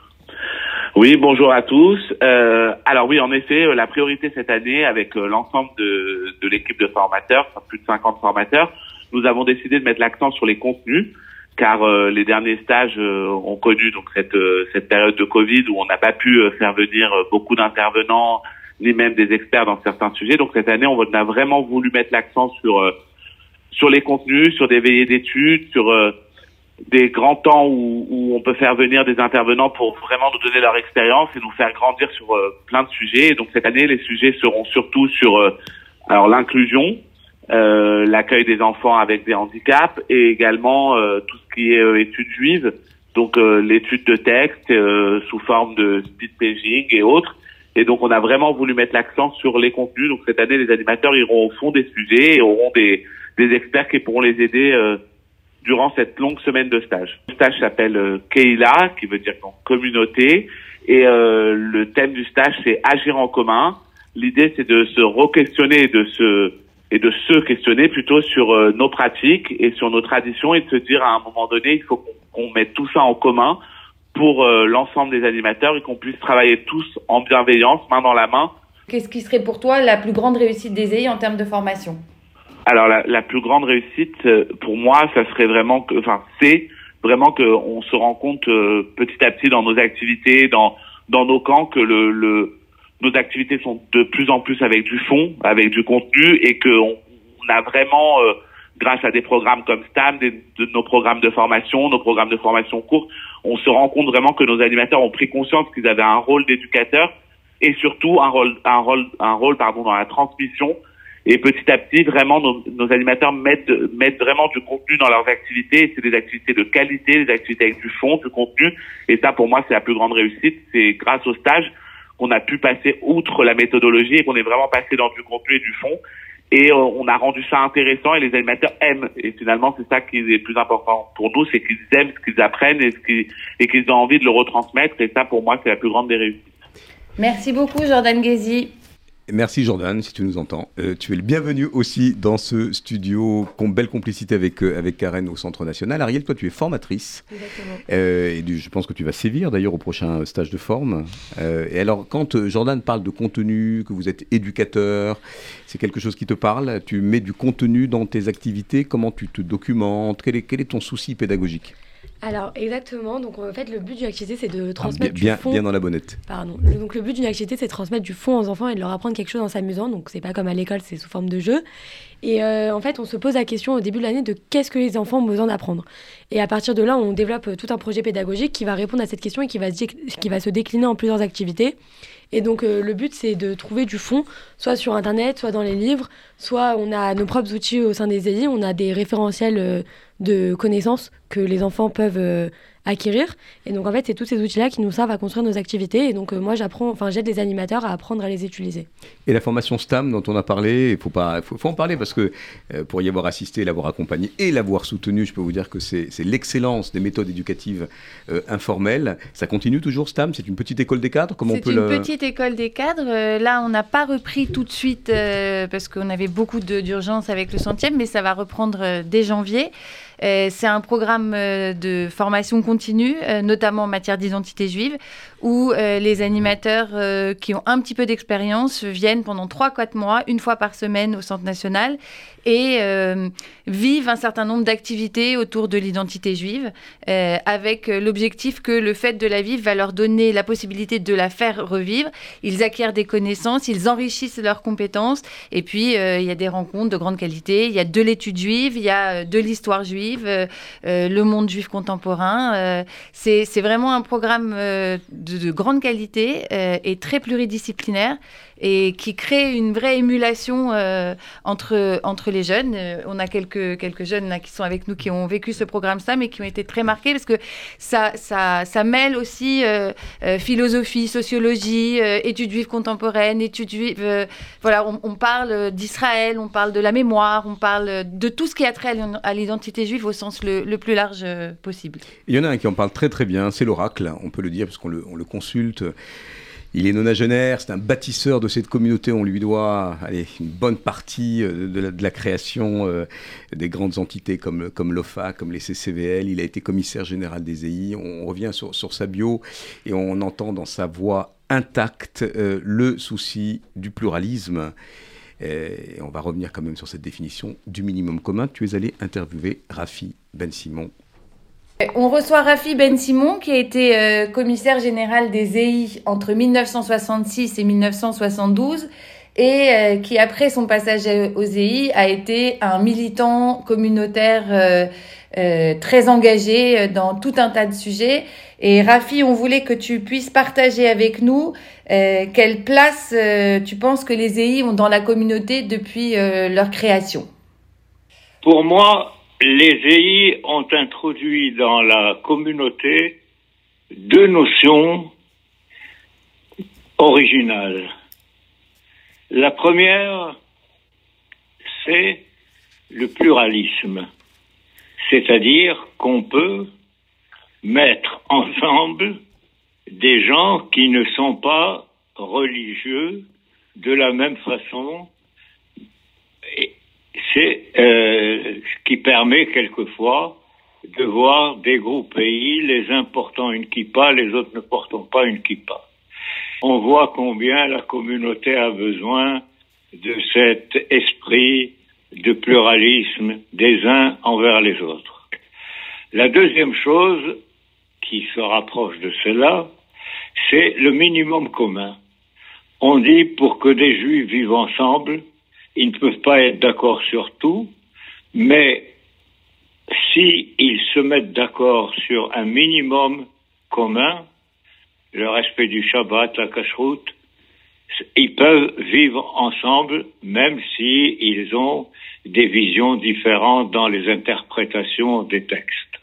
Oui, bonjour à tous. Euh, alors oui, en effet, la priorité cette année, avec euh, l'ensemble de, de l'équipe de formateurs, enfin, plus de cinquante formateurs, nous avons décidé de mettre l'accent sur les contenus, car euh, les derniers stages euh, ont connu donc cette, euh, cette période de Covid où on n'a pas pu euh, faire venir euh, beaucoup d'intervenants, ni même des experts dans certains sujets. Donc cette année, on a vraiment voulu mettre l'accent sur euh, sur les contenus, sur des veillées d'études, sur euh, des grands temps où, où on peut faire venir des intervenants pour vraiment nous donner leur expérience et nous faire grandir sur euh, plein de sujets. Et donc cette année, les sujets seront surtout sur euh, alors l'inclusion, euh, l'accueil des enfants avec des handicaps et également euh, tout ce qui est euh, études juives, donc euh, l'étude de texte euh, sous forme de speed paging et autres. Et donc on a vraiment voulu mettre l'accent sur les contenus. Donc cette année, les animateurs iront au fond des sujets et auront des, des experts qui pourront les aider euh, durant cette longue semaine de stage. Le stage s'appelle euh, Keila, qui veut dire donc communauté, et euh, le thème du stage c'est agir en commun. L'idée c'est de se re-questionner et de se et de se questionner plutôt sur euh, nos pratiques et sur nos traditions et de se dire à un moment donné il faut qu'on, qu'on mette tout ça en commun pour euh, l'ensemble des animateurs et qu'on puisse travailler tous en bienveillance, main dans la main. Qu'est-ce qui serait pour toi la plus grande réussite des E I en termes de formation ? Alors la, la plus grande réussite pour moi, ça serait vraiment que, enfin, c'est vraiment que on se rend compte euh, petit à petit dans nos activités, dans dans nos camps, que le, le nos activités sont de plus en plus avec du fond, avec du contenu, et que on, on a vraiment, euh, grâce à des programmes comme STAM, des, de nos programmes de formation, nos programmes de formation courts, on se rend compte vraiment que nos animateurs ont pris conscience qu'ils avaient un rôle d'éducateur et surtout un rôle, un rôle, un rôle, pardon, dans la transmission. Et petit à petit, vraiment, nos, nos animateurs mettent, mettent vraiment du contenu dans leurs activités. Et c'est des activités de qualité, des activités avec du fond, du contenu. Et ça, pour moi, c'est la plus grande réussite. C'est grâce au stage qu'on a pu passer outre la méthodologie et qu'on est vraiment passé dans du contenu et du fond. Et euh, on a rendu ça intéressant et les animateurs aiment. Et finalement, c'est ça qui est le plus important pour nous, c'est qu'ils aiment ce qu'ils apprennent et, ce qu'ils, et qu'ils ont envie de le retransmettre. Et ça, pour moi, c'est la plus grande des réussites. Merci beaucoup, Jordan Ghezi. Merci Jordan, si tu nous entends. Euh, tu es le bienvenu aussi dans ce studio, com- belle complicité avec, euh, avec Karen au Centre National. Ariel, toi tu es formatrice. Exactement. Euh, et du, je pense que tu vas sévir d'ailleurs au prochain stage de forme. Euh, et alors quand euh, Jordan parle de contenu, que vous êtes éducateur, c'est quelque chose qui te parle. Tu mets du contenu dans tes activités, comment tu te documentes, quel est, quel est ton souci pédagogique ? Alors exactement, donc en fait le but d'une activité c'est de transmettre ah, bien, du fond. Bien dans la bonnette. Pardon. Le, donc le but d'une activité c'est de transmettre du fond aux enfants et de leur apprendre quelque chose en s'amusant. Donc c'est pas comme à l'école, c'est sous forme de jeu. Et euh, en fait on se pose la question au début de l'année de qu'est-ce que les enfants ont besoin d'apprendre. Et à partir de là on développe tout un projet pédagogique qui va répondre à cette question et qui va se, qui va se décliner en plusieurs activités. Et donc euh, le but c'est de trouver du fond, soit sur internet, soit dans les livres, soit on a nos propres outils au sein des E I, on a des référentiels euh, de connaissances que les enfants peuvent euh, acquérir. Et donc en fait c'est tous ces outils-là qui nous servent à construire nos activités. Et donc euh, moi j'apprends, enfin j'aide les animateurs à apprendre à les utiliser. Et la formation STAM dont on a parlé, il faut pas, faut, faut en parler parce que euh, pour y avoir assisté, l'avoir accompagné et l'avoir soutenu, je peux vous dire que c'est, c'est l'excellence des méthodes éducatives euh, informelles. Ça continue toujours STAM, c'est une petite école des cadres. Comment c'est on peut une le... petite école des cadres. Euh, là on n'a pas repris tout de suite euh, parce qu'on avait beaucoup de, d'urgence avec le centième, mais ça va reprendre euh, dès janvier. Euh, c'est un programme euh, de formation continue, euh, notamment en matière d'identité juive, où euh, les animateurs euh, qui ont un petit peu d'expérience viennent pendant trois à quatre mois, une fois par semaine au Centre national, et euh, vivent un certain nombre d'activités autour de l'identité juive, euh, avec l'objectif que le fait de la vivre va leur donner la possibilité de la faire revivre. Ils acquièrent des connaissances, ils enrichissent leurs compétences, et puis euh, il y a des rencontres de grande qualité, il y a de l'étude juive, il y a de l'histoire juive, euh, euh, le monde juif contemporain. Euh, c'est, c'est vraiment un programme euh, de, de grande qualité euh, et très pluridisciplinaire. et qui crée une vraie émulation euh, entre, entre les jeunes. Euh, on a quelques, quelques jeunes là, qui sont avec nous, qui ont vécu ce programme S A M et qui ont été très marqués parce que ça, ça, ça mêle aussi euh, euh, philosophie, sociologie, euh, études juives contemporaines, études juives... Euh, voilà, on, on parle d'Israël, on parle de la mémoire, on parle de tout ce qui a trait à l'identité juive au sens le, le plus large euh, possible. Il y en a un qui en parle très très bien, c'est l'Oracle, on peut le dire parce qu'on le, on le consulte. Il est nonagénaire, c'est un bâtisseur de cette communauté, on lui doit allez, une bonne partie de la, de la création euh, des grandes entités comme, comme l'O F A, comme les C C V L. Il a été commissaire général des E I. On, on revient sur, sur sa bio et on entend dans sa voix intacte euh, le souci du pluralisme. Et on va revenir quand même sur cette définition du minimum commun. Tu es allé interviewer Rafi Ben Simon. On reçoit Rafi Ben Simon, qui a été euh, commissaire général des E I entre mille neuf cent soixante-six et mille neuf cent soixante-douze, et euh, qui, après son passage aux E I, a été un militant communautaire euh, euh, très engagé dans tout un tas de sujets. Et Rafi, on voulait que tu puisses partager avec nous euh, quelle place euh, tu penses que les E I ont dans la communauté depuis euh, leur création. Pour moi, les E I ont introduit dans la communauté deux notions originales. La première, c'est le pluralisme, c'est-à-dire qu'on peut mettre ensemble des gens qui ne sont pas religieux de la même façon. Et c'est euh, ce qui permet quelquefois de voir des groupes pays, les uns portant une kippa, les autres ne portant pas une kippa. On voit combien la communauté a besoin de cet esprit de pluralisme des uns envers les autres. La deuxième chose qui se rapproche de cela, c'est le minimum commun. On dit pour que des juifs vivent ensemble, ils ne peuvent pas être d'accord sur tout, mais si ils se mettent d'accord sur un minimum commun, le respect du Shabbat, la cacheroute, ils peuvent vivre ensemble, même si ils ont des visions différentes dans les interprétations des textes.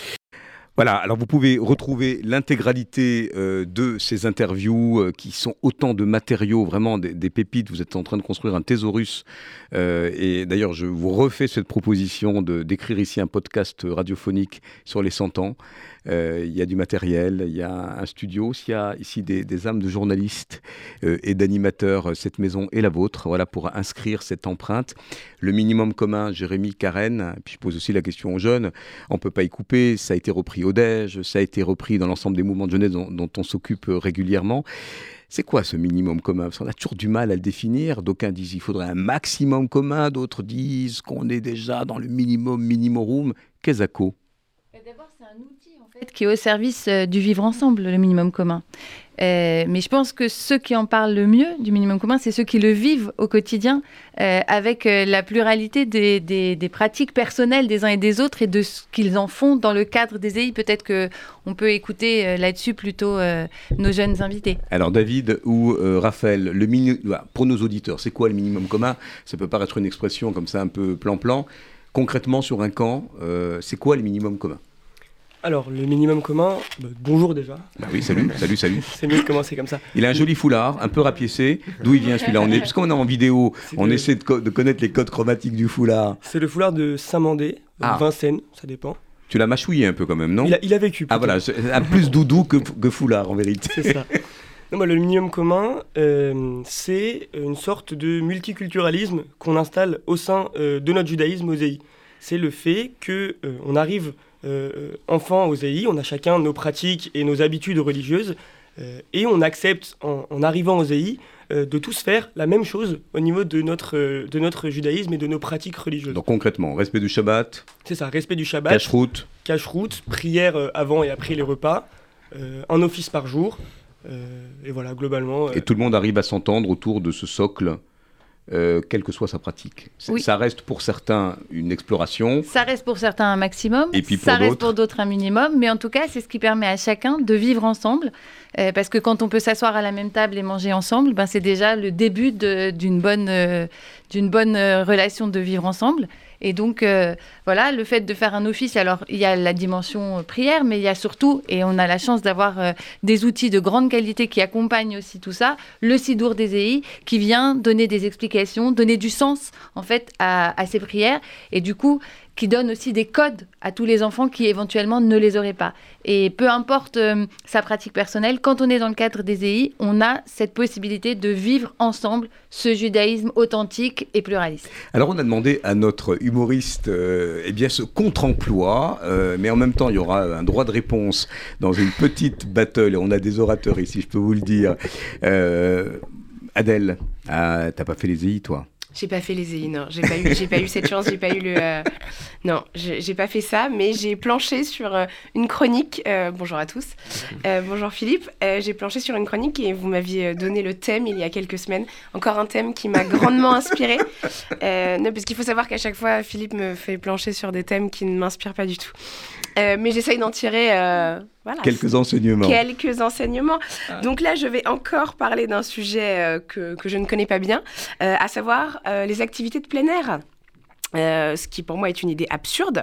Voilà, alors vous pouvez retrouver l'intégralité euh, de ces interviews euh, qui sont autant de matériaux, vraiment des, des pépites. Vous êtes en train de construire un thésaurus. Euh, et d'ailleurs, je vous refais cette proposition de, d'écrire ici un podcast radiophonique sur les cent ans. Euh, il y a du matériel, il y a un studio, il y a ici des, des âmes de journalistes euh, et d'animateurs. Cette maison est la vôtre, voilà, pour inscrire cette empreinte. Le minimum commun, Jérémy, Karen, puis je pose aussi la question aux jeunes, on ne peut pas y couper, ça a été repris au D E J, ça a été repris dans l'ensemble des mouvements de jeunesse dont, dont on s'occupe régulièrement. C'est quoi ce minimum commun? Parce qu'on a toujours du mal à le définir. D'aucuns disent qu'il faudrait un maximum commun, d'autres disent qu'on est déjà dans le minimum minimorum. Qu'est-ce que c'est? D'abord, c'est un outil en fait, qui est au service euh, du vivre ensemble, le minimum commun. Euh, mais je pense que ceux qui en parlent le mieux du minimum commun, c'est ceux qui le vivent au quotidien, euh, avec euh, la pluralité des, des, des pratiques personnelles des uns et des autres et de ce qu'ils en font dans le cadre des E I. Peut-être qu'on peut écouter euh, là-dessus plutôt euh, nos jeunes invités. Alors David ou euh, Raphaël, le mini... pour nos auditeurs, c'est quoi le minimum commun? Ça peut paraître une expression comme ça un peu plan-plan. Concrètement, sur un camp, euh, c'est quoi le minimum commun? Alors, le minimum commun, bah, bonjour déjà. Bah oui, salut, salut, salut. C'est mieux de commencer comme ça. Il a un joli foulard, un peu rapiécé. D'où il vient celui-là? On est, puisqu'on est en vidéo, c'est on le... essaie de, co- de connaître les codes chromatiques du foulard. C'est le foulard de Saint-Mandé, ah. Vincennes, ça dépend. Tu l'as mâchouillé un peu quand même, non? Il a, il a vécu. Ah voilà, un plus doudou que, que foulard en vérité. C'est ça. Non, bah, le minimum commun, euh, c'est une sorte de multiculturalisme qu'on installe au sein euh, de notre judaïsme aux E I. C'est le fait qu'on euh, arrive euh, enfant aux E I, on a chacun nos pratiques et nos habitudes religieuses, euh, et on accepte, en, en arrivant aux E I, euh, de tous faire la même chose au niveau de notre, euh, de notre judaïsme et de nos pratiques religieuses. Donc concrètement, respect du Shabbat. C'est ça, respect du Shabbat. Cacheroute. Cacheroute, prière euh, avant et après les repas, euh, un office par jour, euh, et voilà, globalement... Euh, et tout le monde arrive à s'entendre autour de ce socle euh, quelle que soit sa pratique. Oui. Ça reste pour certains une exploration. Ça reste pour certains un maximum, et puis pour ça reste d'autres... pour d'autres un minimum, mais en tout cas, c'est ce qui permet à chacun de vivre ensemble, euh, parce que quand on peut s'asseoir à la même table et manger ensemble, ben, c'est déjà le début de, d'une bonne, euh, d'une bonne euh, relation de vivre ensemble. Et donc, euh, voilà, le fait de faire un office, alors il y a la dimension euh, prière, mais il y a surtout, et on a la chance d'avoir euh, des outils de grande qualité qui accompagnent aussi tout ça, le Sidour des E I, qui vient donner des explications, donner du sens, en fait, à, à ces prières, et du coup, qui donne aussi des codes à tous les enfants qui, éventuellement, ne les auraient pas. Et peu importe euh, sa pratique personnelle, quand on est dans le cadre des E I, on a cette possibilité de vivre ensemble ce judaïsme authentique et pluraliste. Alors, on a demandé à notre humoriste euh, eh bien, ce contre-emploi, euh, mais en même temps, il y aura un droit de réponse dans une petite battle, et on a des orateurs ici, je peux vous le dire. Euh, Adèle, ah, t'as pas fait les E I, toi ? J'ai pas fait les E I, non. J'ai pas eu, j'ai pas eu cette chance, j'ai pas eu le... Euh... Non, j'ai, j'ai pas fait ça, mais j'ai planché sur euh, une chronique. Euh, bonjour à tous. Euh, bonjour Philippe. Euh, j'ai planché sur une chronique et vous m'aviez donné le thème il y a quelques semaines. Encore un thème qui m'a grandement inspirée. Euh, non, parce qu'il faut savoir qu'à chaque fois, Philippe me fait plancher sur des thèmes qui ne m'inspirent pas du tout. Euh, mais j'essaye d'en tirer... Euh... Voilà, quelques enseignements. Quelques enseignements. Ah. Donc là, je vais encore parler d'un sujet euh, que, que je ne connais pas bien, euh, à savoir euh, les activités de plein air. Euh, ce qui pour moi est une idée absurde.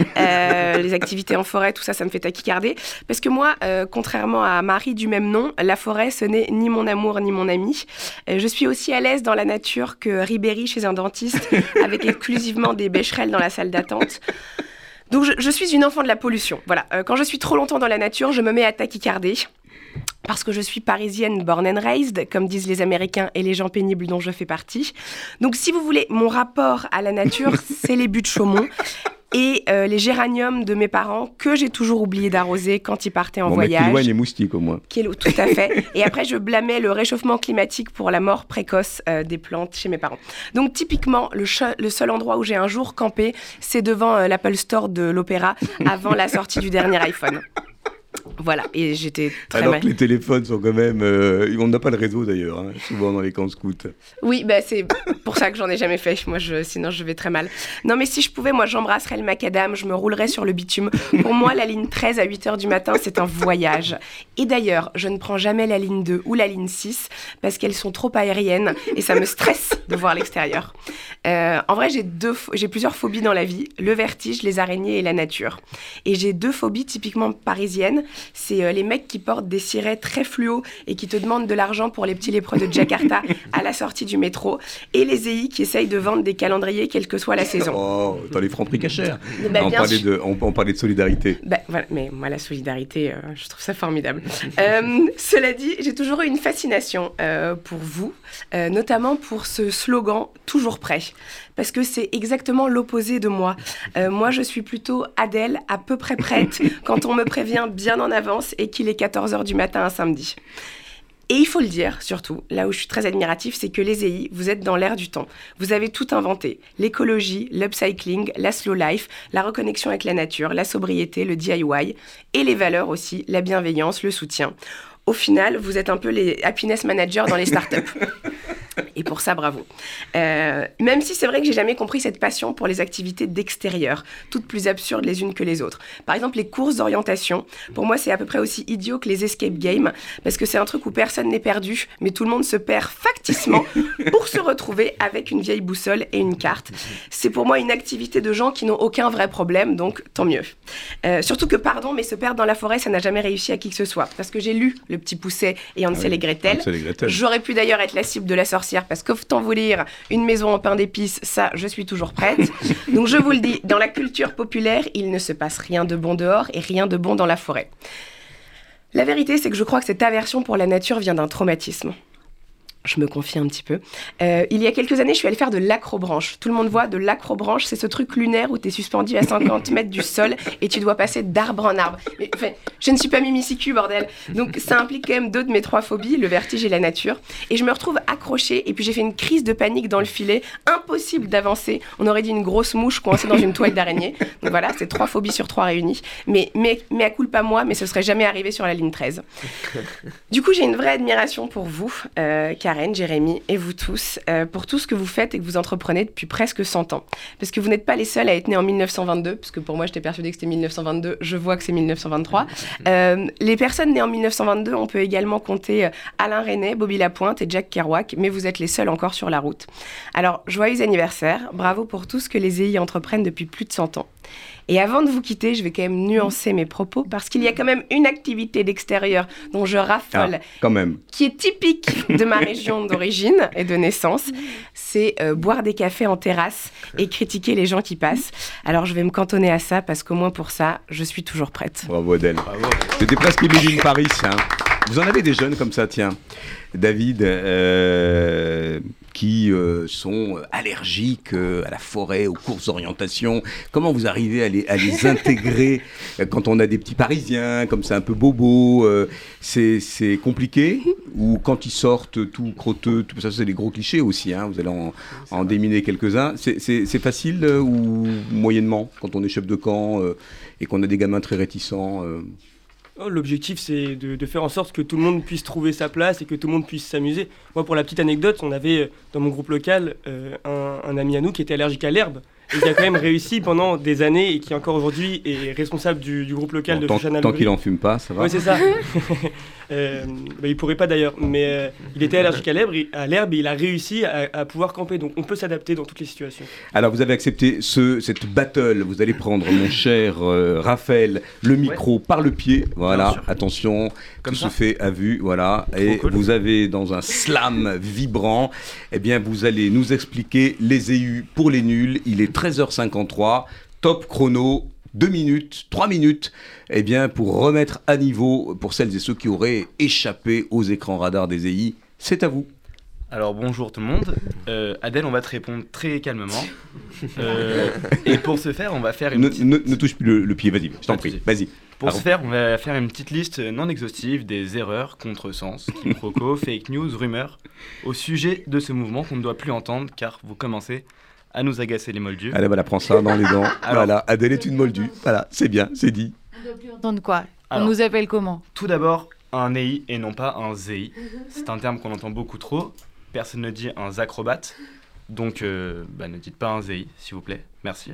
euh, les activités en forêt, tout ça, ça me fait tachycarder. Parce que moi, euh, contrairement à Marie du même nom, la forêt, ce n'est ni mon amour ni mon ami. Euh, je suis aussi à l'aise dans la nature que Ribéry chez un dentiste, avec exclusivement des bécherelles dans la salle d'attente. Donc, je, je suis une enfant de la pollution. Voilà. Euh, quand je suis trop longtemps dans la nature, je me mets à tachycarder. Parce que je suis parisienne born and raised, comme disent les Américains et les gens pénibles dont je fais partie. Donc, si vous voulez, mon rapport à la nature, c'est les buts de Chaumont et euh, les géraniums de mes parents que j'ai toujours oublié d'arroser quand ils partaient en bon, voyage. Qui éloigne les moustiques au moins. Qui est, tout à fait. Et après, je blâmais le réchauffement climatique pour la mort précoce euh, des plantes chez mes parents. Donc, typiquement, le, ch- le seul endroit où j'ai un jour campé, c'est devant euh, l'Apple Store de l'Opéra, avant la sortie du dernier iPhone. Voilà, et j'étais très Alors mal. que les téléphones sont quand même... Euh, on n'a pas le réseau d'ailleurs, hein, souvent dans les camps scouts. Oui, bah, c'est pour ça que j'en ai jamais fait. Moi, je, sinon, je vais très mal. Non, mais si je pouvais, moi, j'embrasserais le macadam, je me roulerais sur le bitume. Pour moi, la ligne treize à huit heures du matin, c'est un voyage. Et d'ailleurs, je ne prends jamais la ligne deux ou la ligne six parce qu'elles sont trop aériennes et ça me stresse de voir l'extérieur. Euh, en vrai, j'ai, deux, j'ai plusieurs phobies dans la vie, le vertige, les araignées et la nature. Et j'ai deux phobies typiquement parisiennes. C'est euh, les mecs qui portent des cirés très fluo et qui te demandent de l'argent pour les petits lépreux de Jakarta à la sortie du métro. Et les E I qui essayent de vendre des calendriers quelle que soit la saison. Oh, dans les francs prix cachers. Bah, on, parlait de, on, on parlait de solidarité. Bah, voilà, mais moi, la solidarité, euh, je trouve ça formidable. euh, cela dit, j'ai toujours eu une fascination euh, pour vous, euh, notamment pour ce slogan « Toujours prêt ». Parce que c'est exactement l'opposé de moi. Euh, moi, je suis plutôt Adèle, à peu près prête, quand on me prévient bien en avance et qu'il est quatorze heures du matin un samedi. Et il faut le dire, surtout, là où je suis très admiratif, c'est que les E I, vous êtes dans l'air du temps. Vous avez tout inventé. L'écologie, l'upcycling, la slow life, la reconnexion avec la nature, la sobriété, le D I Y, et les valeurs aussi, la bienveillance, le soutien. Au final, vous êtes un peu les happiness managers dans les startups. Et pour ça, bravo. Euh, même si c'est vrai que j'ai jamais compris cette passion pour les activités d'extérieur, toutes plus absurdes les unes que les autres. Par exemple, les courses d'orientation, pour moi, c'est à peu près aussi idiot que les escape games, parce que c'est un truc où personne n'est perdu, mais tout le monde se perd facticement pour se retrouver avec une vieille boussole et une carte. C'est pour moi une activité de gens qui n'ont aucun vrai problème, donc tant mieux. Euh, surtout que, pardon, mais se perdre dans la forêt, ça n'a jamais réussi à qui que ce soit, parce que j'ai lu Le Petit Pousset et Hansel, ah oui, et, Gretel. Hansel et Gretel. J'aurais pu d'ailleurs être la cible de la sorcière, parce qu'autant vous lire Une maison en pain d'épices, ça, je suis toujours prête. Donc je vous le dis, dans la culture populaire, il ne se passe rien de bon dehors et rien de bon dans la forêt. La vérité, c'est que je crois que cette aversion pour la nature vient d'un traumatisme. Je me confie un petit peu. Euh, il y a quelques années, je suis allée faire de l'acrobranche. Tout le monde voit de l'acrobranche, c'est ce truc lunaire où tu es suspendu à cinquante mètres du sol et tu dois passer d'arbre en arbre. Mais enfin, je ne suis pas Mimi Sicu, bordel. Donc ça implique quand même deux de mes trois phobies, le vertige et la nature. Et je me retrouve accrochée et puis j'ai fait une crise de panique dans le filet. Impossible d'avancer. On aurait dit une grosse mouche coincée dans une toile d'araignée. Donc voilà, c'est trois phobies sur trois réunies. Mais, mais, mais à culpa moi, mais ce serait jamais arrivé sur la ligne treize. Du coup, j'ai une vraie admiration pour vous, euh, car marraine, Jérémy, et vous tous, euh, pour tout ce que vous faites et que vous entreprenez depuis presque cent ans. Parce que vous n'êtes pas les seuls à être nés en mille neuf cent vingt-deux, parce que pour moi, j'étais persuadée que c'était mille neuf cent vingt-deux, je vois que c'est mille neuf cent vingt-trois. Euh, les personnes nées en mille neuf cent vingt-deux, on peut également compter Alain Resnais, Bobby Lapointe et Jack Kerouac, mais vous êtes les seuls encore sur la route. Alors, joyeux anniversaire, bravo pour tout ce que les E I entreprennent depuis plus de cent ans. Et avant de vous quitter, je vais quand même nuancer mes propos parce qu'il y a quand même une activité d'extérieur dont je raffole, ah, quand même. qui est typique de ma région d'origine et de naissance. C'est euh, boire des cafés en terrasse et critiquer les gens qui passent. Alors je vais me cantonner à ça parce qu'au moins pour ça, je suis toujours prête. Bravo Adèle. Bravo. C'était presque Emily in Paris. Hein. Vous en avez des jeunes comme ça, tiens. David, euh, qui euh, sont allergiques euh, à la forêt, aux courses d'orientation. Comment vous arrivez à les, à les intégrer quand on a des petits Parisiens, comme ça un peu bobo euh, c'est, c'est compliqué? Ou quand ils sortent tout crotteux, tout ça, c'est des gros clichés aussi, hein, vous allez en, en déminer quelques-uns. C'est, c'est, c'est facile euh, ou moyennement quand on est chef de camp euh, et qu'on a des gamins très réticents euh... Oh, l'objectif, c'est de, de faire en sorte que tout le monde puisse trouver sa place et que tout le monde puisse s'amuser. Moi, pour la petite anecdote, on avait dans mon groupe local euh, un, un ami à nous qui était allergique à l'herbe et qui a quand même réussi pendant des années et qui encore aujourd'hui est responsable du, du groupe local bon, de Chouchana. Tant qu'il en fume pas, ça va. Oui, c'est ça. euh, bah, il pourrait pas d'ailleurs, mais euh, il était allergique à l'herbe, à l'herbe et il a réussi à, à pouvoir camper. Donc on peut s'adapter dans toutes les situations. Alors vous avez accepté ce, cette battle. Vous allez prendre, mon cher euh, Raphaël, le micro ouais. par le pied. Voilà, attention, comme tout ça. Se fait à vue. Voilà, trop et cool. Vous avez dans un slam vibrant, eh bien vous allez nous expliquer les E U pour les nuls. Il est treize heures cinquante-trois, top chrono, deux minutes, trois minutes, eh bien, pour remettre à niveau, pour celles et ceux qui auraient échappé aux écrans radars des E I, c'est à vous. Alors bonjour tout le monde, euh, Adèle, on va te répondre très calmement, euh, et pour ce faire, on va faire une ne, petite... ne, ne touche plus le, le pied, vas-y, je t'en prie, vas-y. Pour Pardon. ce faire, on va faire une petite liste non exhaustive des erreurs, contresens, quiproquos, fake news, rumeurs, au sujet de ce mouvement qu'on ne doit plus entendre, car vous commencez à nous agacer les moldus. Allez, voilà, prends ça dans les dents. Alors, voilà, Adèle est une moldue. Voilà, c'est bien, c'est dit. On ne doit plus entendre quoi? On Alors, nous appelle comment? Tout d'abord, un E I et non pas un Z I. C'est un terme qu'on entend beaucoup trop. Personne ne dit un acrobate. Donc, euh, bah, ne dites pas un Z I, s'il vous plaît. Merci.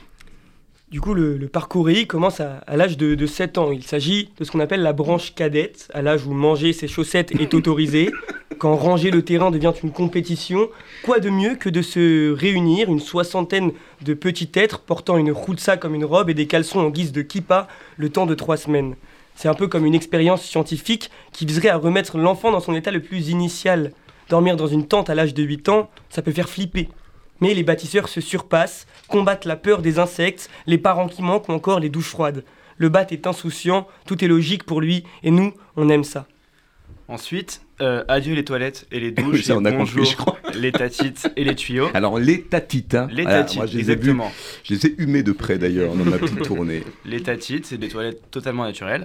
Du coup, le, le parcours E I commence à, à l'âge de, de sept ans. Il s'agit de ce qu'on appelle la branche cadette, à l'âge où manger ses chaussettes est autorisé, quand ranger le terrain devient une compétition. Quoi de mieux que de se réunir, une soixantaine de petits êtres portant une routsa comme une robe et des caleçons en guise de kippa, le temps de trois semaines. C'est un peu comme une expérience scientifique qui viserait à remettre l'enfant dans son état le plus initial. Dormir dans une tente à l'âge de huit ans, ça peut faire flipper. Mais les bâtisseurs se surpassent, combattent la peur des insectes, les parents qui manquent ou encore les douches froides. Le bat est insouciant, tout est logique pour lui, et nous, on aime ça. Ensuite, euh, adieu les toilettes et les douches, ça, les on a bonjours, compris, je crois. Les tatites et les tuyaux. Alors les tatites, hein. Les Voilà, tatites, moi, je les exactement. Ai vus, je les ai humés de près d'ailleurs dans ma petite tournée. Les tatites, c'est des toilettes totalement naturelles.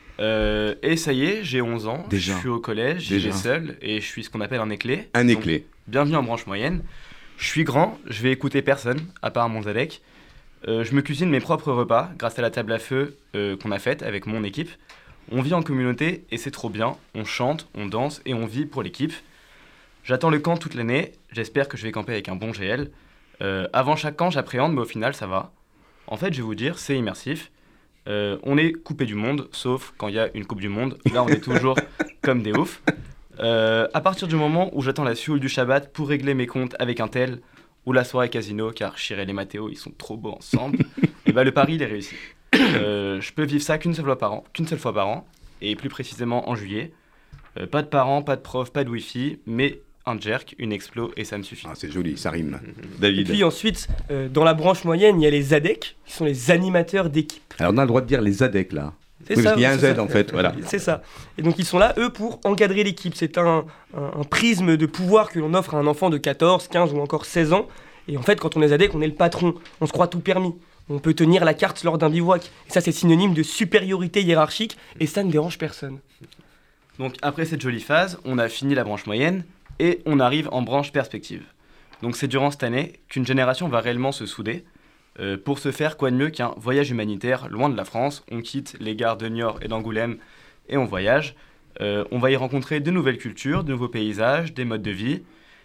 Euh, et ça y est, j'ai onze ans, Déjà. je suis au collège, j'y vais seul et je suis ce qu'on appelle un éclé. Un Donc, éclé. Bienvenue en branche moyenne. Je suis grand, je vais écouter personne, à part mon Zadek. Euh, je me cuisine mes propres repas grâce à la table à feu euh, qu'on a faite avec mon équipe. On vit en communauté et c'est trop bien. On chante, on danse et on vit pour l'équipe. J'attends le camp toute l'année. J'espère que je vais camper avec un bon G L. Euh, avant chaque camp, j'appréhende, mais au final, ça va. En fait, je vais vous dire, c'est immersif. Euh, on est coupé du monde, sauf quand il y a une Coupe du Monde. Là, on est toujours comme des oufs. Euh, à partir du moment où j'attends la sioule du Shabbat pour régler mes comptes avec un tel, ou la soirée casino, car Chirel et Mathéo, ils sont trop beaux ensemble, et bah le pari, il est réussi. Euh, je peux vivre ça qu'une seule fois par an, qu'une seule fois par an, et plus précisément en juillet. Euh, pas de parents, pas de profs, pas de wifi, mais un jerk, une explo, et ça me suffit. Ah, c'est joli, ça rime. David. Et puis ensuite, euh, dans la branche moyenne, il y a les Zadek, qui sont les animateurs d'équipe. Alors on a le droit de dire les Zadek là. C'est oui, ça, parce qu'il y a un Z ça. en fait, voilà. C'est ça. Et donc ils sont là, eux, pour encadrer l'équipe. C'est un, un, un prisme de pouvoir que l'on offre à un enfant de quatorze, quinze ou encore seize ans. Et en fait, quand on est Zadek, on est le patron. On se croit tout permis. On peut tenir la carte lors d'un bivouac. Et ça, c'est synonyme de supériorité hiérarchique. Et ça ne dérange personne. Donc après cette jolie phase, on a fini la branche moyenne et on arrive en branche perspective. Donc c'est durant cette année qu'une génération va réellement se souder. Euh, pour ce faire, quoi de mieux qu'un voyage humanitaire loin de la France. On quitte les gares de Niort et d'Angoulême et on voyage. Euh, on va y rencontrer de nouvelles cultures, de nouveaux paysages, des modes de vie.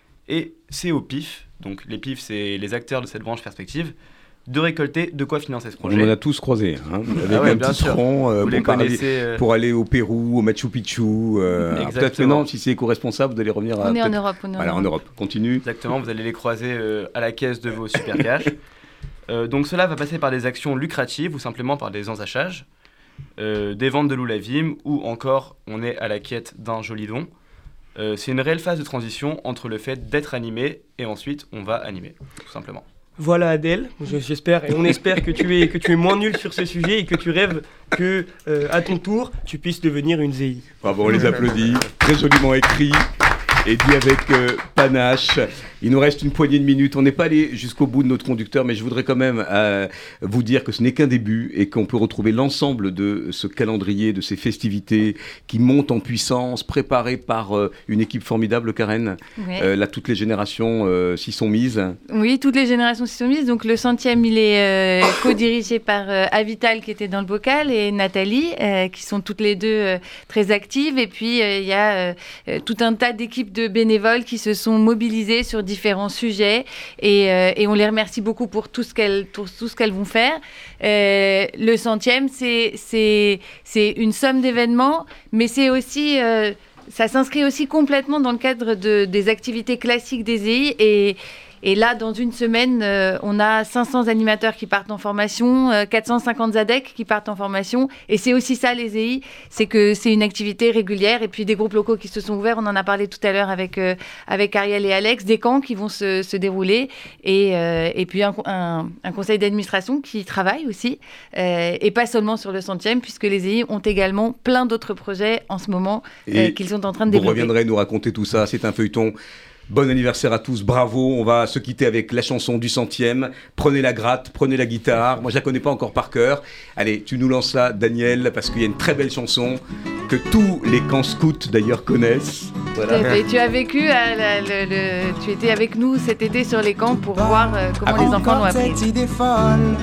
Et c'est au P I F, donc les P I F, c'est les acteurs de cette branche perspective, de récolter de quoi financer ce projet. On en a tous croisés, hein, avec ah ouais, un bien petit sûr. front euh, Vous les pour, connaissez, aller, euh... pour aller au Pérou, au Machu Picchu. Euh, alors peut-être maintenant, si c'est éco-responsable, vous allez revenir à... On est en Europe. On est voilà, en Europe. Continue. Exactement, vous allez les croiser euh, à la caisse de vos super cash. euh, donc cela va passer par des actions lucratives ou simplement par des ensachages, euh, des ventes de loulavim ou encore on est à la quête d'un joli don. Euh, c'est une réelle phase de transition entre le fait d'être animé et ensuite on va animer, tout simplement. Voilà Adèle, j'espère et on espère que tu es que tu es moins nul sur ce sujet et que tu rêves que euh, à ton tour tu puisses devenir une Z I. Bravo, on les applaudit, très joliment écrit et dit avec euh, panache. Il nous reste une poignée de minutes. On n'est pas allé jusqu'au bout de notre conducteur, mais je voudrais quand même euh, vous dire que ce n'est qu'un début et qu'on peut retrouver l'ensemble de ce calendrier, de ces festivités qui montent en puissance, préparées par euh, une équipe formidable, Karen. Oui. Euh, là, toutes les générations euh, s'y sont mises. Oui, toutes les générations s'y sont mises. Donc le centième, il est euh, co-dirigé par euh, Avital qui était dans le bocal et Nathalie, euh, qui sont toutes les deux euh, très actives. Et puis il euh, y a euh, tout un tas d'équipes de bénévoles qui se sont mobilisées sur différents sujets et, euh, et on les remercie beaucoup pour tout ce qu'elles, pour tout ce qu'elles vont faire. Euh, le centième, c'est, c'est, c'est une somme d'événements, mais c'est aussi, euh, ça s'inscrit aussi complètement dans le cadre de, des activités classiques des Z I et Et là, dans une semaine, euh, on a cinq cents animateurs qui partent en formation, euh, quatre cent cinquante ZADEC qui partent en formation. Et c'est aussi ça, les Z I, c'est que c'est une activité régulière. Et puis des groupes locaux qui se sont ouverts, on en a parlé tout à l'heure avec, euh, avec Ariel et Alex, des camps qui vont se, se dérouler. Et, euh, et puis un, un, un conseil d'administration qui travaille aussi. Euh, et pas seulement sur le centième, puisque les Z I ont également plein d'autres projets en ce moment euh, qu'ils sont en train de vous développer. Vous reviendrez nous raconter tout ça, c'est un feuilleton. Bon anniversaire à tous, bravo, on va se quitter avec la chanson du centième. Prenez la gratte, prenez la guitare, moi je la connais pas encore par cœur. Allez, tu nous lances ça, Daniel, parce qu'il y a une très belle chanson que tous les camps scouts d'ailleurs connaissent. Voilà. Et tu as vécu, à la, le, le, tu étais avec nous cet été sur les camps pour voir euh, comment ah, les enfants l'ont appris. Cette idée folle,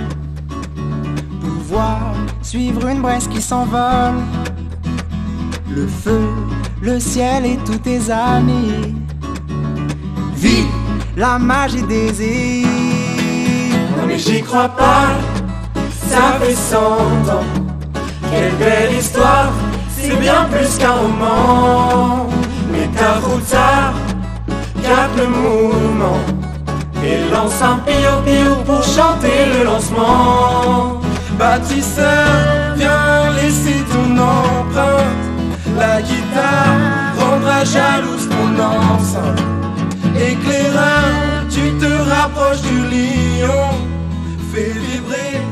pouvoir suivre une braise qui s'envole, le feu, le ciel et tous tes amis. Vive la magie des îles. Non mais j'y crois pas, ça fait cent ans. Quelle belle histoire, c'est bien plus qu'un roman. Mais ta routard capte le mouvement et lance un pio-pio pour chanter le lancement. Bâtisseur, viens laisser ton empreinte. La guitare rendra jalouse ton enceinte. Éclaireur, tu te rapproches du lion, fais vibrer